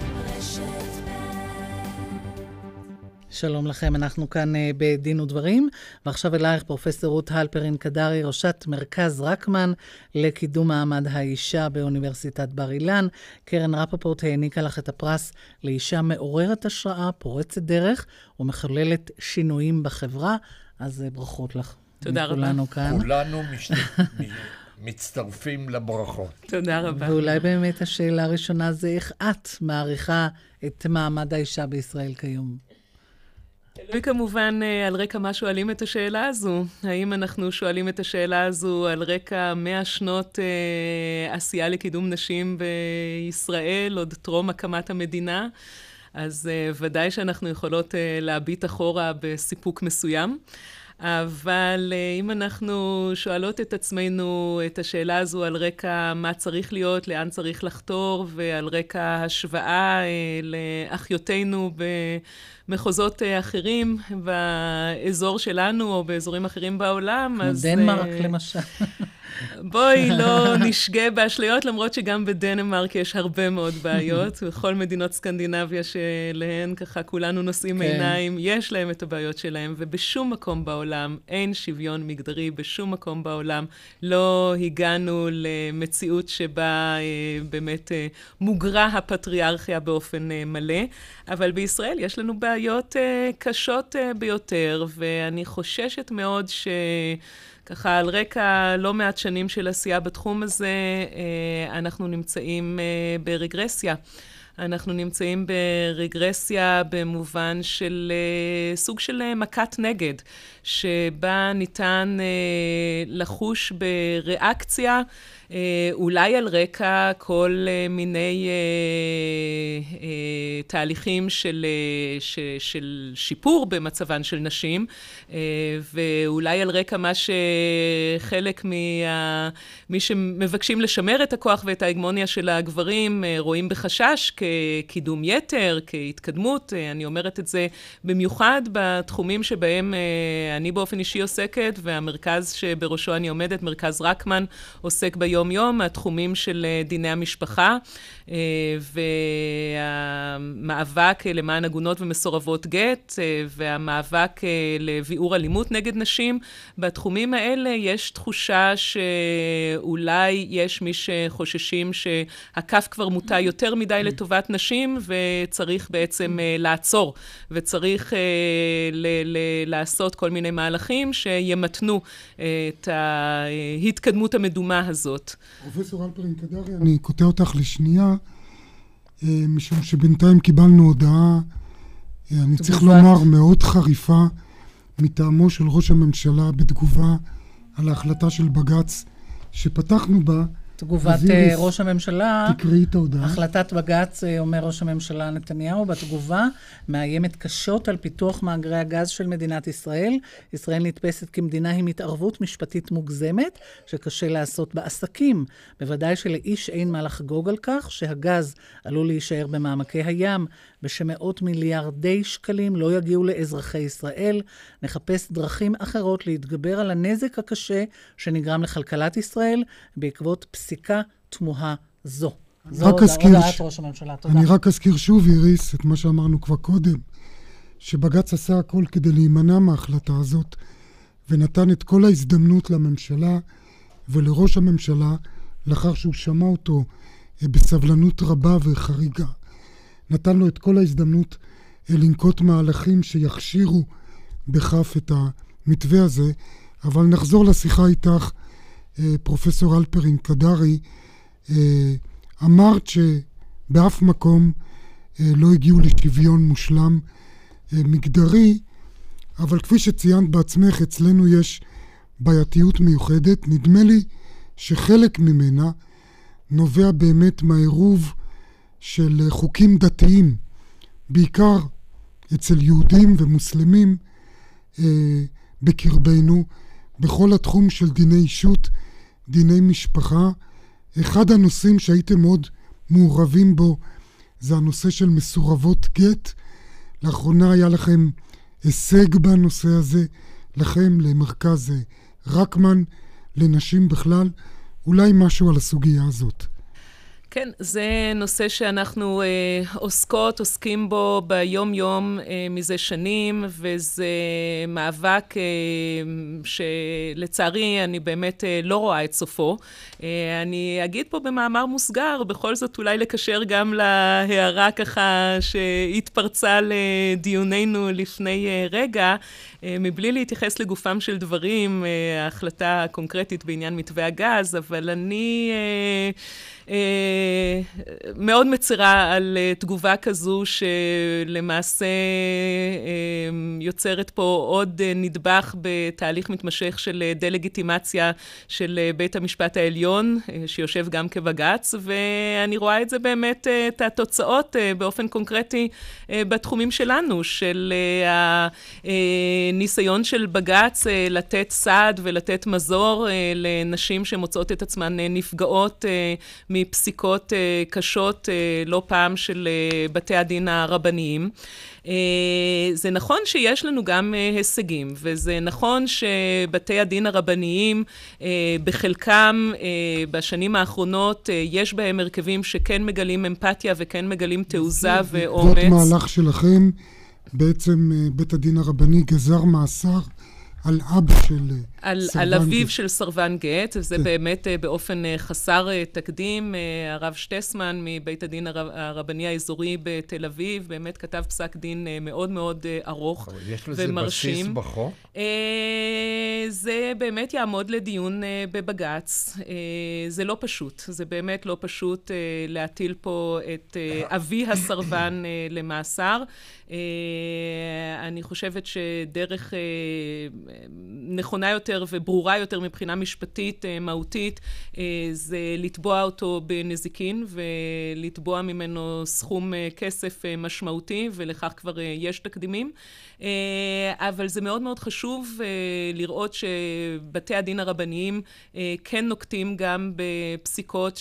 שלום לכם, אנחנו כאן uh, בדין ודברים, ועכשיו אלייך פרופסור רות הלפרין קדרי, ראשת מרכז רקמן לקידום מעמד האישה באוניברסיטת בר אילן. קרן רפפורט העניקה לך את הפרס לאישה מעוררת השראה, פורצת דרך ומחוללת שינויים בחברה, אז uh, ברכות לך. תודה רבה. כולנו כאן. כולנו משת... מצטרפים לברכות. תודה רבה. ואולי באמת השאלה הראשונה זה איך את מעריכה את מעמד האישה בישראל כיום? וכמובן, על רקע מה שואלים את השאלה הזו? האם אנחנו שואלים את השאלה הזו על רקע מאה שנות אה, עשייה לקידום נשים בישראל, עוד טרום הקמת המדינה? אז אה, ודאי שאנחנו יכולות אה, להביט אחורה בסיפוק מסוים. אבל אם אנחנו שואלות את עצמנו את השאלה הזו על רקע מה צריך להיות, לאן צריך לחתור, ועל רקע השוואה לאחיותינו במחוזות אחרים באזור שלנו או באזורים אחרים בעולם, אז... דנמרק למשל. בואי לא נשגה באשליות, למרות שגם בדנמרק יש הרבה מאוד בעיות. בכל מדינות סקנדינביה שלהן ככה כולנו נושאים עיניים, יש להם את הבעיות שלהם, ובשום מקום בעולם אין שוויון מגדרי, בשום מקום בעולם לא הגענו למציאות שבה באמת מוגרה הפטריארכיה באופן מלא, אבל בישראל יש לנו בעיות קשות ביותר, ואני חוששת מאוד ש... ככה, על רקע לא מעט שנים של עשייה בתחום הזה, אנחנו נמצאים ברגרסיה. אנחנו נמצאים ברגרסיה במובן של סוג של מכת נגד, שבה ניתן לחוש בריאקציה, אולי על רקע כל מיני תהליכים של, של שיפור במצבן של נשים, ואולי על רקע מה שחלק מי שמבקשים לשמר את הכוח ואת ההגמוניה של הגברים רואים בחשש כקידום יתר, כהתקדמות. אני אומרת את זה במיוחד בתחומים שבהם אני באופן אישי עוסקת, והמרכז שבראשו אני עומדת, מרכז רקמן, עוסק ביום יום, התחומים של דיני המשפחה, והמאבק למען עגונות ומסורבות גט, והמאבק לביעור אלימות נגד נשים. בתחומים האלה יש תחושה שאולי יש מי שחוששים שהכף כבר מוטה יותר מדי לטובת נשים, וצריך בעצם לעצור, וצריך ל- ל- לעשות כל מיני מהלכים שימתנו את ההתקדמות המדומה הזאת. פרופסור אלפרין קדרי, אני קוטע אותך לשנייה, משום שבינתיים קיבלנו הודעה, אני צריך לומר, מאוד חריפה, מטעמו של ראש הממשלה בתגובה על ההחלטה של בג"ץ שפתחנו בה. תגובת ראש הממשלה, תקראי את ההודעה. החלטת בג"ץ, אומר ראש הממשלה נתניהו, בתגובה מאיימת קשות על פיתוח מאגרי הגז של מדינת ישראל. ישראל נתפסת כמדינה עם התערבות משפטית מוגזמת, שקשה לעשות בעסקים. בוודאי שלאיש אין מה לחגוג על כך, שהגז עלול להישאר במעמקי הים, ושמאות מיליארדי שקלים לא יגיעו לאזרחי ישראל. נחפש דרכים אחרות להתגבר על הנזק הקשה שנגרם לכלכלת ישראל, בעקבות פסיקה תמוהה זו. זו הודעת ראש הממשלה. תודה. אני רק אזכיר שוב, איריס, את מה שאמרנו כבר קודם, שבג"ץ עשה הכל כדי להימנע מההחלטה הזאת, ונתן את כל ההזדמנות לממשלה ולראש הממשלה, לאחר שהוא שמע אותו בסבלנות רבה וחריגה. נתן לו את כל ההזדמנות לנקוט מהלכים שיכשירו בכף את המתווה הזה, אבל נחזור לשיחה איתך, פרופסור אלפרין קדרי. אמרת שבאף מקום לא הגיעו לשוויון מושלם מגדרי, אבל כפי שציינת בעצמך, אצלנו יש בעייתיות מיוחדת. נדמה לי שחלק ממנה נובע באמת מהעירוב של חוקים דתיים, בעיקר אצל יהודים ומוסלמים אה, בקרבנו, בכל התחום של דיני אישות, דיני משפחה. אחד הנושאים שהייתם מאוד מעורבים בו זה הנושא של מסורבות גט. לאחרונה היה לכם הישג בנושא הזה, לכם, למרכז רקמן, לנשים בכלל. אולי משהו על הסוגיה הזאת. כן, זה נושא שאנחנו אה, עוסקות, עוסקים בו ביום-יום אה, מזה שנים, וזה מאבק אה, שלצערי אני באמת אה, לא רואה את סופו. אה, אני אגיד פה במאמר מוסגר, בכל זאת אולי לקשר גם להערה ככה שהתפרצה לדיוננו לפני אה, רגע, אה, מבלי להתייחס לגופם של דברים, אה, ההחלטה הקונקרטית בעניין מתווה הגז, אבל אני... אה, מאוד מצרה על תגובה כזו שלמעשה יוצרת פה עוד נדבך בתהליך מתמשך של דה-לגיטימציה של בית המשפט העליון, שיושב גם כבג"ץ, ואני רואה את זה באמת, את התוצאות באופן קונקרטי בתחומים שלנו, של הניסיון של בג"ץ לתת סעד ולתת מזור לנשים שמוצאות את עצמן נפגעות מפסיקות קשות לא פעם של בתי הדין הרבניים. זה נכון שיש לנו גם הישגים, וזה נכון שבתי הדין הרבניים בחלקם בשנים האחרונות יש בהם הרכבים שכן מגלים אמפתיה וכן מגלים תעוזה ואומץ. זאת מהלך שלכם, בעצם בית הדין הרבני גזר מאסר על אבא של על, סרבן על אביו גט. של סרבן גט, זה באמת באופן חסר תקדים. הרב שטסמן מבית הדין הרב, הרבני האזורי בתל אביב, באמת כתב פסק דין מאוד מאוד ארוך ומרשים. יש לזה בסיס בחוק? זה באמת יעמוד לדיון בבג"ץ. זה לא פשוט, זה באמת לא פשוט להטיל פה את אבי הסרבן למאסר. אני חושבת שדרך נכונה יותר וברורה יותר מבחינה משפטית, מהותית, זה לתבוע אותו בנזיקין ולתבוע ממנו סכום כסף משמעותי, ולכך כבר יש תקדימים. אבל זה מאוד מאוד חשוב לראות שבתי הדין הרבניים כן נוקטים גם בפסיקות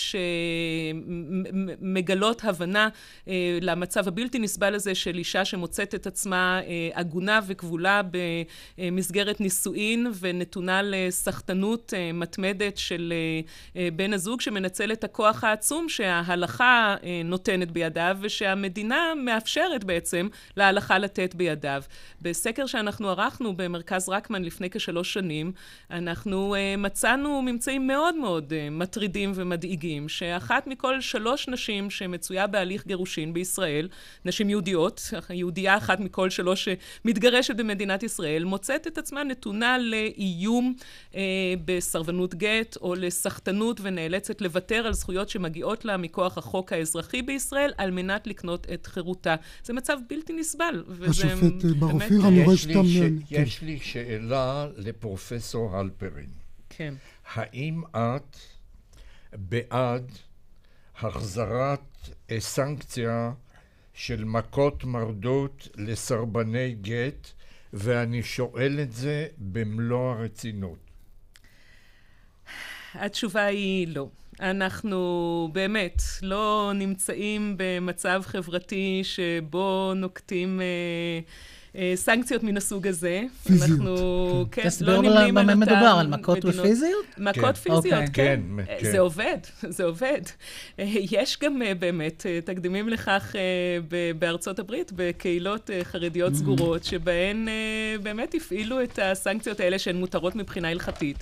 שמגלות הבנה למצב הבלתי נסבל הזה של אישה שמוצאת את עצמה עגונה וכבולה במסגרת נישואין ונתונה לסחטנות מתמדת של בן הזוג שמנצל את הכוח העצום שההלכה נותנת בידיו ושהמדינה מאפשרת בעצם להלכה לתת בידיו. בסקר שאנחנו ערכנו במרכז רקמן לפני כשלוש שנים, אנחנו uh, מצאנו ממצאים מאוד מאוד uh, מטרידים ומדאיגים, שאחת מכל שלוש נשים שמצויה בהליך גירושין בישראל, נשים יהודיות, יהודייה אחת מכל שלוש שמתגרשת במדינת ישראל, מוצאת את עצמה נתונה לאיום uh, בסרבנות גט או לסחטנות ונאלצת לוותר על זכויות שמגיעות לה מכוח החוק האזרחי בישראל על מנת לקנות את חירותה. זה מצב בלתי נסבל. השופט ברופיר, אני רואה שאתה... יש לי שאלה לפרופסור הלפרין. כן. האם את בעד החזרת סנקציה של מכות מרדות לסרבני גט, ואני שואל את זה במלוא הרצינות? התשובה היא לא. אנחנו באמת לא נמצאים במצב חברתי שבו נוקטים אה, אה, סנקציות מן הסוג הזה. פיזיות. אנחנו, כן. כן, תסביר לא לנו נמנים על במה אותם מדובר, על מכות מדינות. ופיזיות? מכות כן. פיזיות, אוקיי. כן. כן, זה כן. עובד, זה עובד. יש גם באמת תקדימים לכך בארצות הברית, בקהילות חרדיות סגורות, שבהן באמת הפעילו את הסנקציות האלה שהן מותרות מבחינה הלכתית.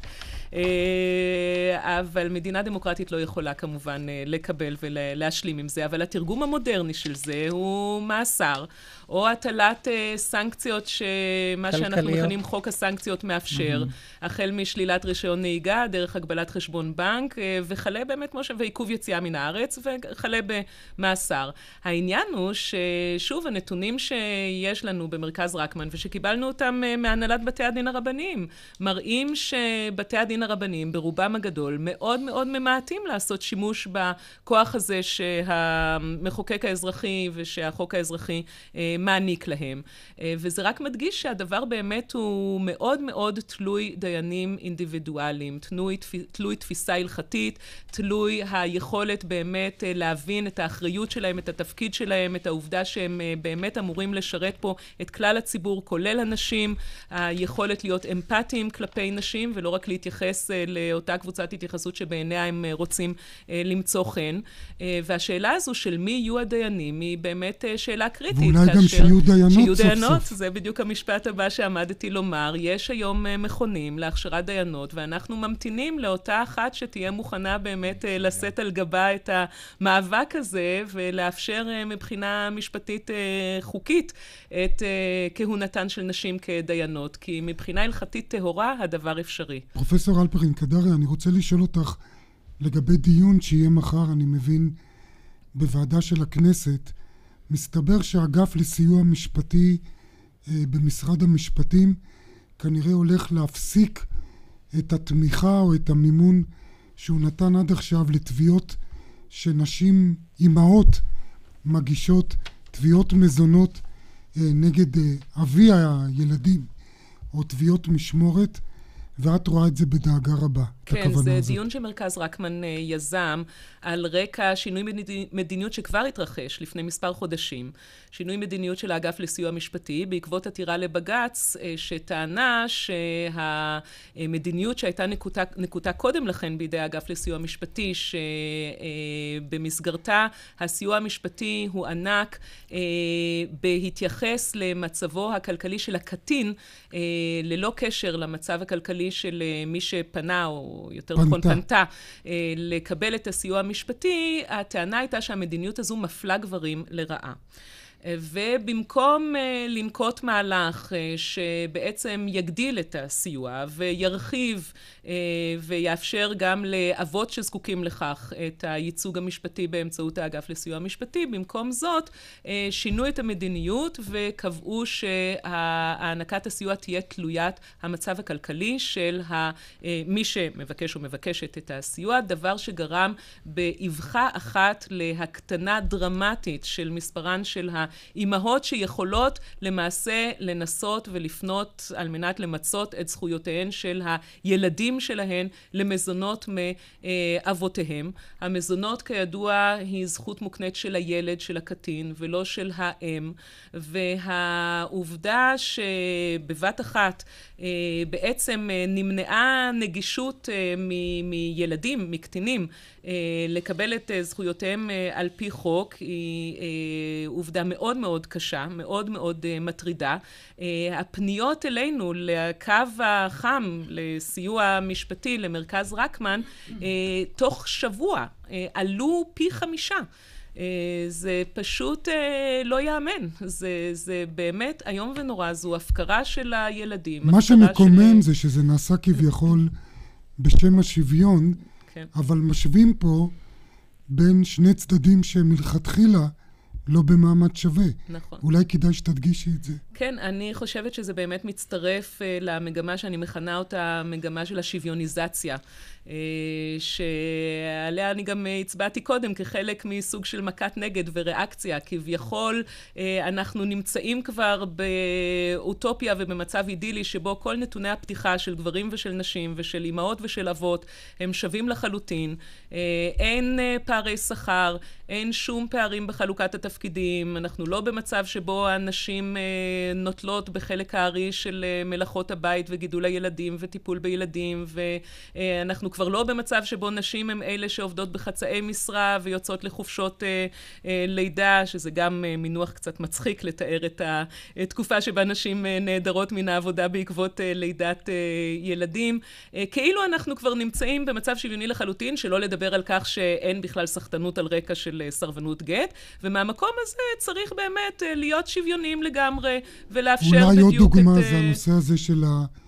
אבל מדינה דמוקרטית לא יכולה כמובן לקבל ולהשלים עם זה, אבל התרגום המודרני של זה הוא מאסר, או הטלת סנקציות שמה שאנחנו מכנים חוק הסנקציות מאפשר, החל משלילת רישיון נהיגה, דרך הגבלת חשבון בנק, וחלה באמת כמו ש... ועיכוב יציאה מן הארץ, וחלה במאסר. העניין הוא ששוב, הנתונים שיש לנו במרכז רקמן, ושקיבלנו אותם מהנהלת בתי הדין הרבניים, מראים שבתי הדין הרבניים, ברובם הגדול, מאוד מאוד ממעטים לעשות שימוש בכוח הזה שהמחוקק האזרחי ושהחוק האזרחי מעניק להם. וזה רק מדגיש שהדבר באמת הוא מאוד מאוד תלוי דיינים אינדיבידואליים, תלוי, תלוי תפיסה הלכתית, תלוי היכולת באמת להבין את האחריות שלהם, את התפקיד שלהם, את העובדה שהם באמת אמורים לשרת פה את כלל הציבור, כולל הנשים, היכולת להיות אמפתיים כלפי נשים, ולא רק להתייחס לאותה קבוצת התייחסות שבעיניה הם רוצים למצוא חן. והשאלה הזו של מי יהיו הדיינים היא באמת שאלה קריטית. ואולי גם שיהיו דיינות שיהיו סוף דיינות, סוף. זה בדיוק המשפט הבא שעמדתי לומר. יש היום מכונים להכשרת דיינות, ואנחנו ממתינים לאותה אחת שתהיה מוכנה באמת לשאת על גבה את המאבק הזה, ולאפשר מבחינה משפטית חוקית את כהונתן של נשים כדיינות, כי מבחינה הלכתית טהורה הדבר אפשרי. פרופסור הלפרין קדריה, אני רוצה לשאול אותך, לגבי דיון שיהיה מחר, אני מבין, בוועדה של הכנסת, מסתבר שהאגף לסיוע משפטי אה, במשרד המשפטים כנראה הולך להפסיק את התמיכה או את המימון שהוא נתן עד עכשיו לתביעות שנשים, אימהות, מגישות תביעות מזונות אה, נגד אה, אבי הילדים או תביעות משמורת, ואת רואה את זה בדאגה רבה. כן, זה הזאת. דיון שמרכז רקמן יזם על רקע שינוי מדיניות שכבר התרחש לפני מספר חודשים. שינוי מדיניות של האגף לסיוע משפטי בעקבות עתירה לבג"ץ שטענה שהמדיניות שהייתה נקוטה, נקוטה קודם לכן בידי האגף לסיוע משפטי, שבמסגרתה הסיוע המשפטי הוא ענק בהתייחס למצבו הכלכלי של הקטין ללא קשר למצב הכלכלי של מי שפנה או יותר נכון פנתה לקבל את הסיוע המשפטי. הטענה הייתה שהמדיניות הזו מפלה גברים לרעה. ובמקום לנקוט מהלך שבעצם יגדיל את הסיוע וירחיב ויאפשר גם לאבות שזקוקים לכך את הייצוג המשפטי באמצעות האגף לסיוע משפטי, במקום זאת שינו את המדיניות וקבעו שהענקת הסיוע תהיה תלוית המצב הכלכלי של מי שמבקש או מבקשת את הסיוע, דבר שגרם באבחה אחת להקטנה דרמטית של מספרן של האימהות שיכולות למעשה לנסות ולפנות על מנת למצות את זכויותיהן של הילדים שלהן למזונות מאבותיהם. המזונות כידוע היא זכות מוקנית של הילד, של הקטין, ולא של האם, והעובדה שבבת אחת בעצם נמנעה נגישות מ- מילדים, מקטינים, לקבל את זכויותיהם על פי חוק, היא עובדה מאוד מאוד קשה, מאוד מאוד מטרידה. הפניות אלינו לקו החם לסיוע משפטי למרכז רקמן, תוך שבוע עלו פי חמישה. זה פשוט לא יאמן. זה, זה באמת היום ונורא, זו הפקרה של הילדים. מה שמקומם של... זה שזה נעשה כביכול בשם השוויון, כן. אבל משווים פה בין שני צדדים שמלכתחילה לא במעמד שווה. נכון. אולי כדאי שתדגישי את זה. כן, אני חושבת שזה באמת מצטרף uh, למגמה שאני מכנה אותה, מגמה של השוויוניזציה, uh, שעליה אני גם הצבעתי קודם כחלק מסוג של מכת נגד וריאקציה. כביכול uh, אנחנו נמצאים כבר באוטופיה ובמצב אידילי שבו כל נתוני הפתיחה של גברים ושל נשים ושל אימהות ושל אבות הם שווים לחלוטין. Uh, אין uh, פערי שכר, אין שום פערים בחלוקת התפקידים, אנחנו לא במצב שבו הנשים uh, נוטלות בחלק הארי של uh, מלאכות הבית וגידול הילדים וטיפול בילדים, ואנחנו uh, כבר לא במצב שבו נשים הם אלה שעובדות בחצאי משרה ויוצאות לחופשות uh, uh, לידה, שזה גם uh, מינוח קצת מצחיק לתאר את התקופה שבה נשים uh, נהדרות מן העבודה בעקבות uh, לידת uh, ילדים. Uh, כאילו אנחנו כבר נמצאים במצב שוויוני לחלוטין, שלא לדבר על כך שאין בכלל סחטנות על רקע של סרבנות גט, ומהמקום הזה צריך באמת להיות שוויוניים לגמרי, ולאפשר בדיוק את... אולי עוד דוגמה זה הנושא הזה של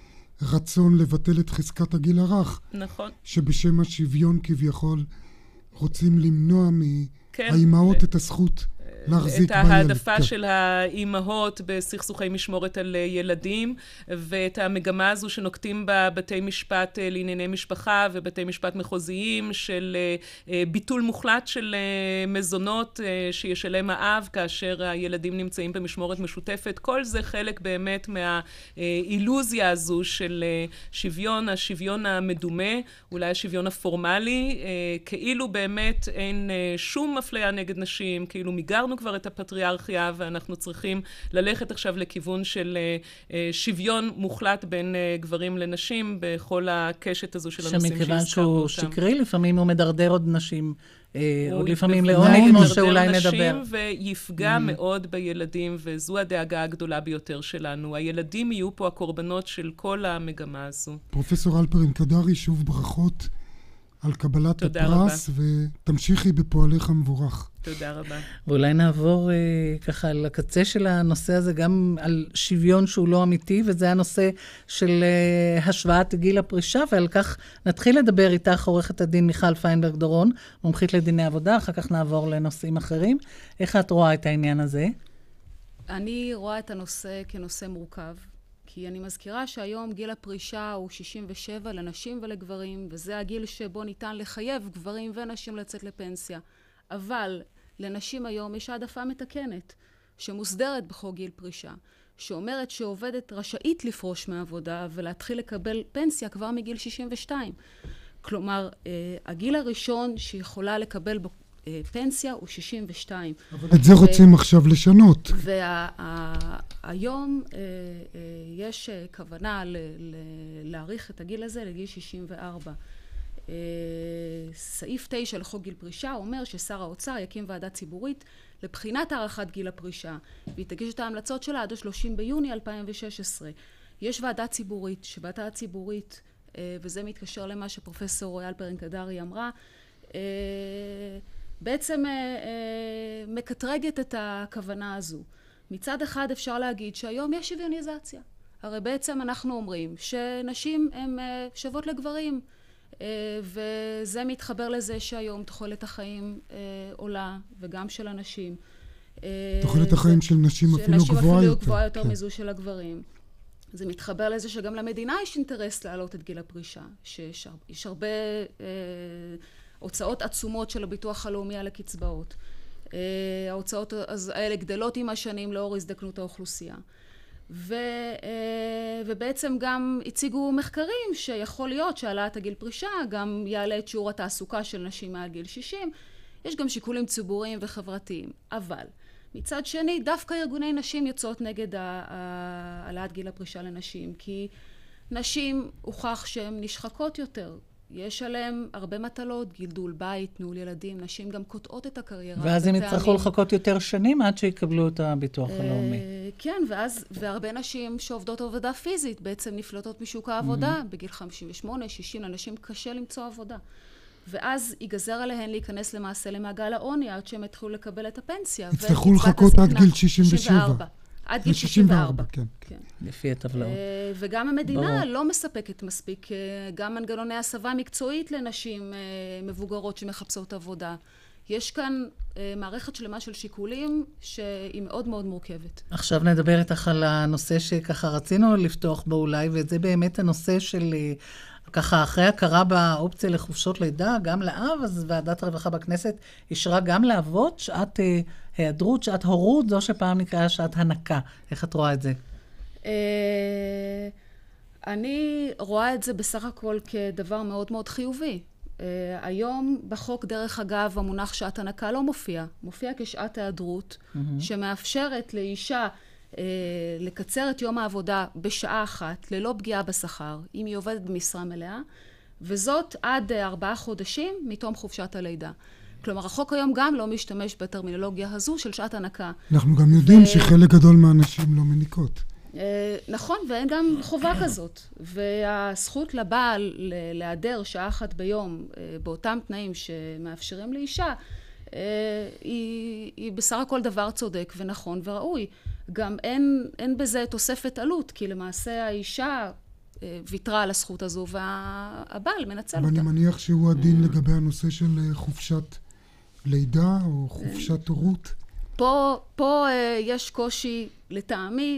הרצון לבטל את חזקת הגיל הרך. נכון. שבשם השוויון כביכול רוצים למנוע מהאימהות את הזכות להחזיק את ההעדפה של האימהות בסכסוכי משמורת על ילדים, ואת המגמה הזו שנוקטים בבתי משפט לענייני משפחה ובתי משפט מחוזיים של ביטול מוחלט של מזונות שישלם האב כאשר הילדים נמצאים במשמורת משותפת. כל זה חלק באמת מהאילוזיה הזו של שוויון, השוויון המדומה, אולי השוויון הפורמלי, כאילו באמת אין שום אפליה נגד נשים, כאילו מיגרנו כבר את הפטריארכיה, ואנחנו צריכים ללכת עכשיו לכיוון של שוויון מוחלט בין גברים לנשים בכל הקשת הזו של הנושאים שהזכרנו אותם. שמכיוון שהוא שקרי, לפעמים הוא מדרדר עוד נשים, עוד לפעמים לעוני, כמו שאולי נדבר. ויפגע מאוד בילדים, וזו הדאגה הגדולה ביותר שלנו. הילדים יהיו פה הקורבנות של כל המגמה הזו. פרופסור אלפרין קדרי, שוב ברכות על קבלת הפרס, ותמשיכי בפועלך המבורך. תודה רבה. ואולי נעבור אה, ככה לקצה של הנושא הזה, גם על שוויון שהוא לא אמיתי, וזה הנושא של אה, השוואת גיל הפרישה, ועל כך נתחיל לדבר איתך, עורכת הדין מיכל פיינברג דורון, מומחית לדיני עבודה, אחר כך נעבור לנושאים אחרים. איך את רואה את העניין הזה? אני רואה את הנושא כנושא מורכב, כי אני מזכירה שהיום גיל הפרישה הוא שישים ושבע לנשים ולגברים, וזה הגיל שבו ניתן לחייב גברים ונשים לצאת לפנסיה. אבל לנשים היום יש העדפה מתקנת, שמוסדרת בחוק גיל פרישה, שאומרת שעובדת רשאית לפרוש מהעבודה ולהתחיל לקבל פנסיה כבר מגיל שישים ושתיים. כלומר, הגיל הראשון שיכולה לקבל בו פנסיה הוא שישים ושתיים. אבל את זה רוצים עכשיו לשנות. והיום יש כוונה להאריך את הגיל הזה לגיל שישים וארבע. סעיף תשע לחוק גיל פרישה אומר ששר האוצר יקים ועדה ציבורית לבחינת הערכת גיל הפרישה, והיא תגיש את ההמלצות שלה עד ה-שלושים ביוני אלפיים ושש עשרה. יש ועדה ציבורית, שוועדה ציבורית, וזה מתקשר למה שפרופסור אלפרין קדרי אמרה, בעצם מקטרגת את הכוונה הזו. מצד אחד אפשר להגיד שהיום יש שוויוניזציה. הרי בעצם אנחנו אומרים שנשים הן שוות לגברים, וזה מתחבר לזה שהיום תוחלת החיים עולה, וגם של הנשים. תוחלת החיים של נשים אפילו גבוהה יותר. גבוהה יותר מזו של הגברים. זה מתחבר לזה שגם למדינה יש אינטרס להעלות את גיל הפרישה, שיש הרבה הוצאות עצומות של הביטוח הלאומי על הקצבאות. ההוצאות האלה גדלות עם השנים לאור הזדקנות האוכלוסייה. ו, ובעצם גם הציגו מחקרים שיכול להיות שהעלאת הגיל פרישה גם יעלה את שיעור התעסוקה של נשים מעל גיל שישים. יש גם שיקולים ציבוריים וחברתיים. אבל מצד שני, דווקא ארגוני נשים יוצאות נגד העלאת גיל הפרישה לנשים, כי נשים הוכח שהן נשחקות יותר. יש עליהם הרבה מטלות, גידול בית, ניהול ילדים, נשים גם קוטעות את הקריירה. ואז הם יצטרכו לחכות יותר שנים עד שיקבלו את הביטוח הלאומי. כן, ואז, והרבה נשים שעובדות עבודה פיזית בעצם נפלטות משוק העבודה, בגיל חמישים ושמונה שישים, לנשים קשה למצוא עבודה. ואז ייגזר עליהן להיכנס למעשה למעגל העוני, עד שהם יתחילו לקבל את הפנסיה. יצטרכו לחכות עד גיל שישים ושבע. עד גיל שישים וארבע. כן. כן. לפי הטבלאות. וגם המדינה לא מספקת מספיק, גם מנגנוני הסבה מקצועית לנשים מבוגרות שמחפשות עבודה. יש כאן מערכת שלמה של שיקולים שהיא מאוד מאוד מורכבת. עכשיו נדבר איתך על הנושא שככה רצינו לפתוח בו אולי, וזה באמת הנושא של ככה אחרי הכרה באופציה לחופשות לידה, גם לאב, אז ועדת הרווחה בכנסת אישרה גם לאבות שעת היעדרות, שעת הורות, זו שפעם נקראה שעת הנקה. איך את רואה את זה? אני רואה את זה בסך הכל כדבר מאוד מאוד חיובי. היום בחוק, דרך אגב, המונח שעת הנקה לא מופיע. מופיע כשעת היעדרות, שמאפשרת לאישה לקצר את יום העבודה בשעה אחת, ללא פגיעה בשכר, אם היא עובדת במשרה מלאה, וזאת עד ארבעה חודשים מתום חופשת הלידה. כלומר, החוק היום גם לא משתמש בטרמינולוגיה הזו של שעת הנקה. אנחנו גם יודעים ו... שחלק גדול מהנשים לא מניקות. נכון, ואין גם חובה כזאת. והזכות לבעל להיעדר שעה אחת ביום באותם תנאים שמאפשרים לאישה, היא, היא בסך הכל דבר צודק ונכון וראוי. גם אין, אין בזה תוספת עלות, כי למעשה האישה ויתרה על הזכות הזו, והבעל מנצל אותה. ואני מניח שהוא הדין לגבי הנושא של חופשת לידה או חופשת הורות. פה, פה יש קושי לטעמי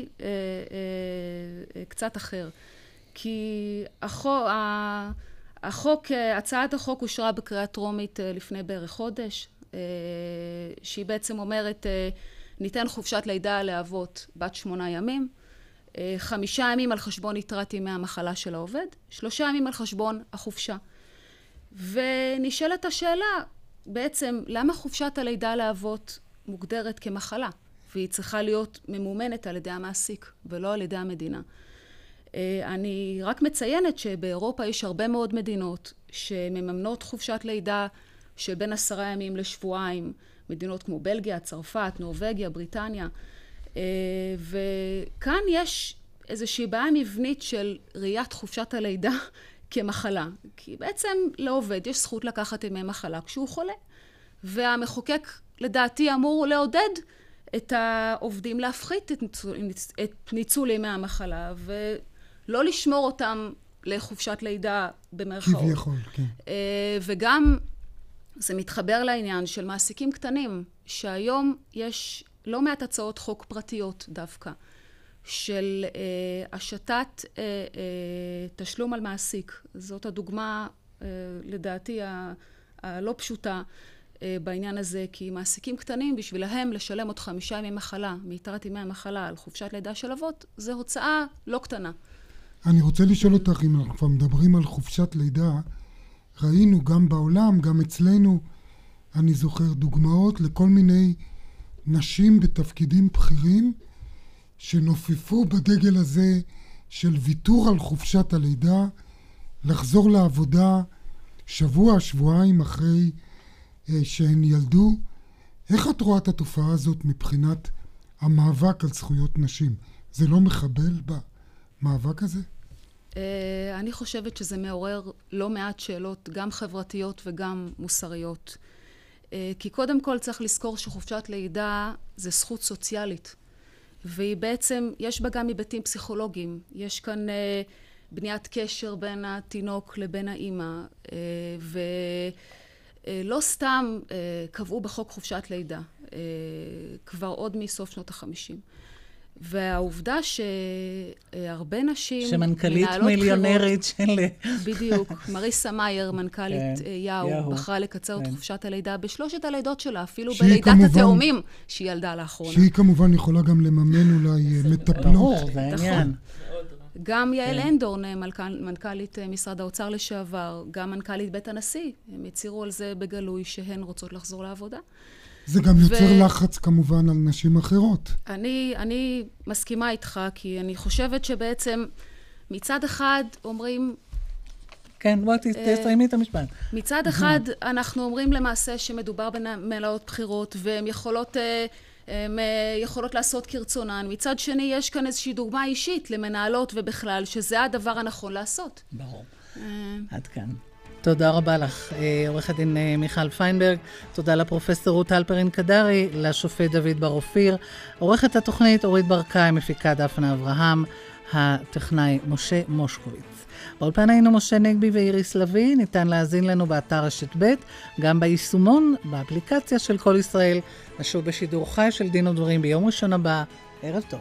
קצת אחר. כי החוק, החוק, הצעת החוק אושרה בקריאה טרומית לפני בערך חודש, שהיא בעצם אומרת, ניתן חופשת לידה לאבות בת שמונה ימים, חמישה ימים על חשבון יתרת ימי המחלה של העובד, שלושה ימים על חשבון החופשה. ונשאלת השאלה, בעצם, למה חופשת הלידה לאבות מוגדרת כמחלה? והיא צריכה להיות ממומנת על ידי המעסיק, ולא על ידי המדינה. אני רק מציינת שבאירופה יש הרבה מאוד מדינות שמממנות חופשת לידה של בין עשרה ימים לשבועיים, מדינות כמו בלגיה, צרפת, נורווגיה, בריטניה. וכאן יש איזושהי בעיה מבנית של ראיית חופשת הלידה כמחלה. כי בעצם לעובד יש זכות לקחת ימי מחלה כשהוא חולה. והמחוקק לדעתי אמור לעודד את העובדים להפחית את ניצול, את ניצול ימי המחלה, ולא לשמור אותם לחופשת לידה במרכאות. כביכול, כן. וגם זה מתחבר לעניין של מעסיקים קטנים, שהיום יש לא מעט הצעות חוק פרטיות דווקא, של אה, השתת אה, אה, תשלום על מעסיק. זאת הדוגמה, אה, לדעתי, ה, הלא פשוטה אה, בעניין הזה, כי מעסיקים קטנים, בשבילהם לשלם עוד חמישה ימי מחלה, מיתרת ימי המחלה על חופשת לידה של אבות, זו הוצאה לא קטנה. אני רוצה לשאול אותך, אם אנחנו כבר מדברים על חופשת לידה, ראינו גם בעולם, גם אצלנו, אני זוכר דוגמאות לכל מיני נשים בתפקידים בכירים, שנופפו בדגל הזה של ויתור על חופשת הלידה, לחזור לעבודה שבוע, שבועיים אחרי אה, שהן ילדו. איך את רואה את התופעה הזאת מבחינת המאבק על זכויות נשים? זה לא מחבל במאבק הזה? אה, אני חושבת שזה מעורר לא מעט שאלות, גם חברתיות וגם מוסריות. אה, כי קודם כל צריך לזכור שחופשת לידה זה זכות סוציאלית. והיא בעצם, יש בה גם היבטים פסיכולוגיים. יש כאן אה, בניית קשר בין התינוק לבין האימא, אה, ולא סתם אה, קבעו בחוק חופשת לידה, אה, כבר עוד מסוף שנות החמישים. והעובדה שהרבה נשים שמנכ"לית מיליונרית של... בדיוק, מריסה מאייר, מנכ"לית יאו, בחרה לקצר את חופשת הלידה בשלושת הלידות שלה, אפילו בלידת התאומים שהיא ילדה לאחרונה. שהיא כמובן יכולה גם לממן אולי מטפלות. זה העניין. גם יעל אנדורן, מנכ"לית משרד האוצר לשעבר, גם מנכ"לית בית הנשיא, הם הצהירו על זה בגלוי שהן רוצות לחזור לעבודה. זה גם יוצר ו... לחץ כמובן על נשים אחרות. אני, אני מסכימה איתך, כי אני חושבת שבעצם מצד אחד אומרים... כן, בוא תסיימי את המשפט. מצד אחד אנחנו אומרים למעשה שמדובר במנהלות בחירות, והן יכולות, הן יכולות לעשות כרצונן. מצד שני יש כאן איזושהי דוגמה אישית למנהלות ובכלל, שזה הדבר הנכון לעשות. ברור. עד כאן. תודה רבה לך, עורכת דין מיכל פיינברג, תודה לפרופסור רות הלפרין קדרי, לשופט דוד בר אופיר, עורכת התוכנית אורית ברקאי, מפיקה דפנה אברהם, הטכנאי משה מושקוביץ. באולפן היינו משה נגבי ואיריס לוי, ניתן להאזין לנו באתר רשת ב', גם ביישומון, באפליקציה של כל ישראל, נשוב בשידור חי של דין ודברים ביום ראשון הבא. ערב טוב.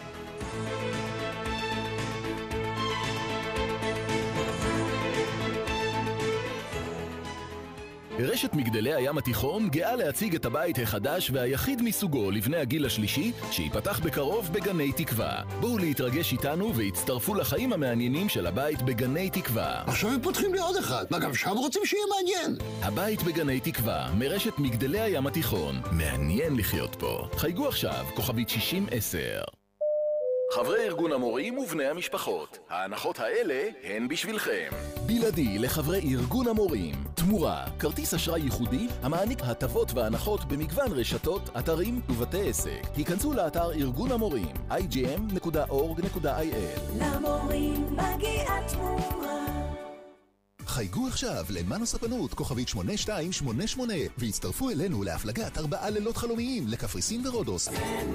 רשת מגדלי הים התיכון גאה להציג את הבית החדש והיחיד מסוגו לבני הגיל השלישי שיפתח בקרוב בגני תקווה. בואו להתרגש איתנו והצטרפו לחיים המעניינים של הבית בגני תקווה. עכשיו הם פותחים לי עוד אחד, מה גם שם רוצים שיהיה מעניין? הבית בגני תקווה, מרשת מגדלי הים התיכון. מעניין לחיות פה. חייגו עכשיו, כוכבית שישים עשר. חברי ארגון המורים ובני המשפחות, ההנחות האלה הן בשבילכם. בלעדי לחברי ארגון המורים. תמורה, כרטיס אשראי ייחודי המעניק הטבות והנחות במגוון רשתות, אתרים ובתי עסק. היכנסו לאתר ארגון המורים, איי ג'י אם נקודה אורג נקודה איי אל. למורים מגיעה תמורה. חייגו עכשיו למנו ספנות, כוכבית שמונה שתיים שמונה שמונה, והצטרפו אלינו להפלגת ארבעה לילות חלומיים לקפריסין ורודוס.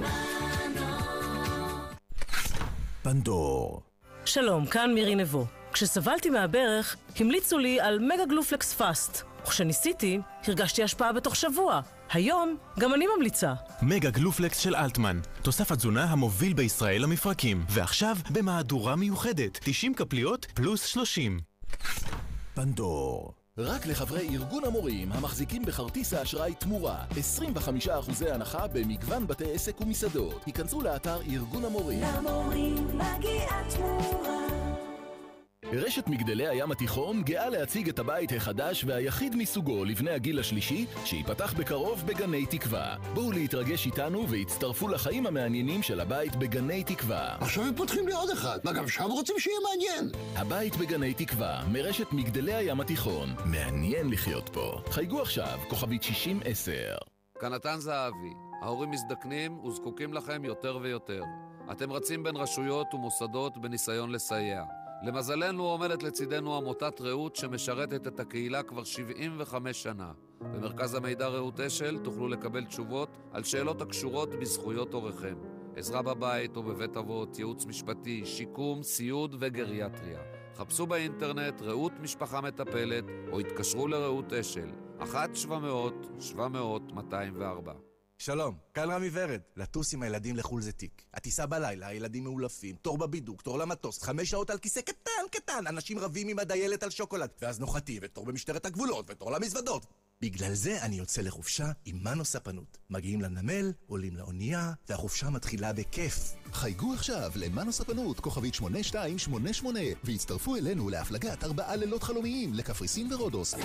פנדור. שלום, כאן מירי נבו. כשסבלתי מהברך, המליצו לי על מגה גלופלקס פאסט. וכשניסיתי, הרגשתי השפעה בתוך שבוע. היום, גם אני ממליצה. מגה גלופלקס של אלטמן. תוסף התזונה המוביל בישראל למפרקים. ועכשיו, במהדורה מיוחדת. תשעים כפליות פלוס שלושים. פנדור. רק לחברי ארגון המורים המחזיקים בכרטיס האשראי תמורה, עשרים וחמישה אחוז הנחה במגוון בתי עסק ומסעדות. היכנסו לאתר ארגון המורים. למורים מגיעה תמורה. רשת מגדלי הים התיכון גאה להציג את הבית החדש והיחיד מסוגו לבני הגיל השלישי שיפתח בקרוב בגני תקווה. בואו להתרגש איתנו והצטרפו לחיים המעניינים של הבית בגני תקווה. עכשיו הם פותחים לי עוד אחד, מה גם שם רוצים שיהיה מעניין? הבית בגני תקווה, מרשת מגדלי הים התיכון. מעניין לחיות פה. חייגו עכשיו, כוכבית שישים עשר. כנתן זהבי, ההורים מזדקנים וזקוקים לכם יותר ויותר. אתם רצים בין רשויות ומוסדות בניסיון לסייע. למזלנו עומדת לצידנו עמותת רעות שמשרתת את הקהילה כבר שבעים וחמש שנה. במרכז המידע רעות אשל תוכלו לקבל תשובות על שאלות הקשורות בזכויות הוריכם. עזרה בבית או בבית אבות, ייעוץ משפטי, שיקום, סיוד וגריאטריה. חפשו באינטרנט רעות משפחה מטפלת או התקשרו לרעות אשל. אחת שבע מאות שבע מאות מאתיים וארבע. שלום, כאן רמי ורד. לטוס עם הילדים לחול זה תיק. הטיסה בלילה, הילדים מאולפים, תור בבידוק, תור למטוס, חמש שעות על כיסא קטן קטן, אנשים רבים עם הדיילת על שוקולד, ואז נוחתי ותור במשטרת הגבולות ותור למזוודות. בגלל זה אני יוצא לחופשה עם מנו ספנות. מגיעים לנמל, עולים לאונייה, והחופשה מתחילה בכיף. חייגו עכשיו למנו ספנות, כוכבית שמונה שתיים שמונה שמונה, והצטרפו אלינו להפלגת ארבעה לילות חלומיים לקפריסין ורודוס.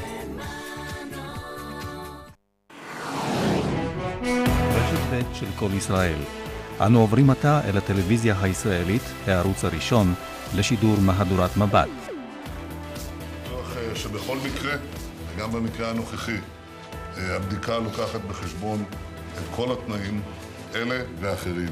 רשת ב' של כל ישראל. אנו עוברים עתה אל הטלוויזיה הישראלית, הערוץ הראשון, לשידור מהדורת מבט. שבכל מקרה, גם במקרה הנוכחי, הבדיקה לוקחת בחשבון את כל התנאים, אלה ואחרים.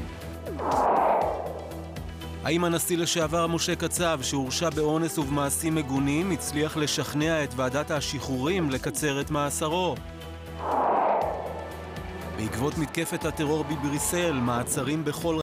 האם הנשיא לשעבר משה קצב, שהורשע באונס ובמעשים מגונים, הצליח לשכנע את ועדת השחרורים לקצר את מאסרו? בעקבות מתקפת הטרור בבריסל, מעצרים בכל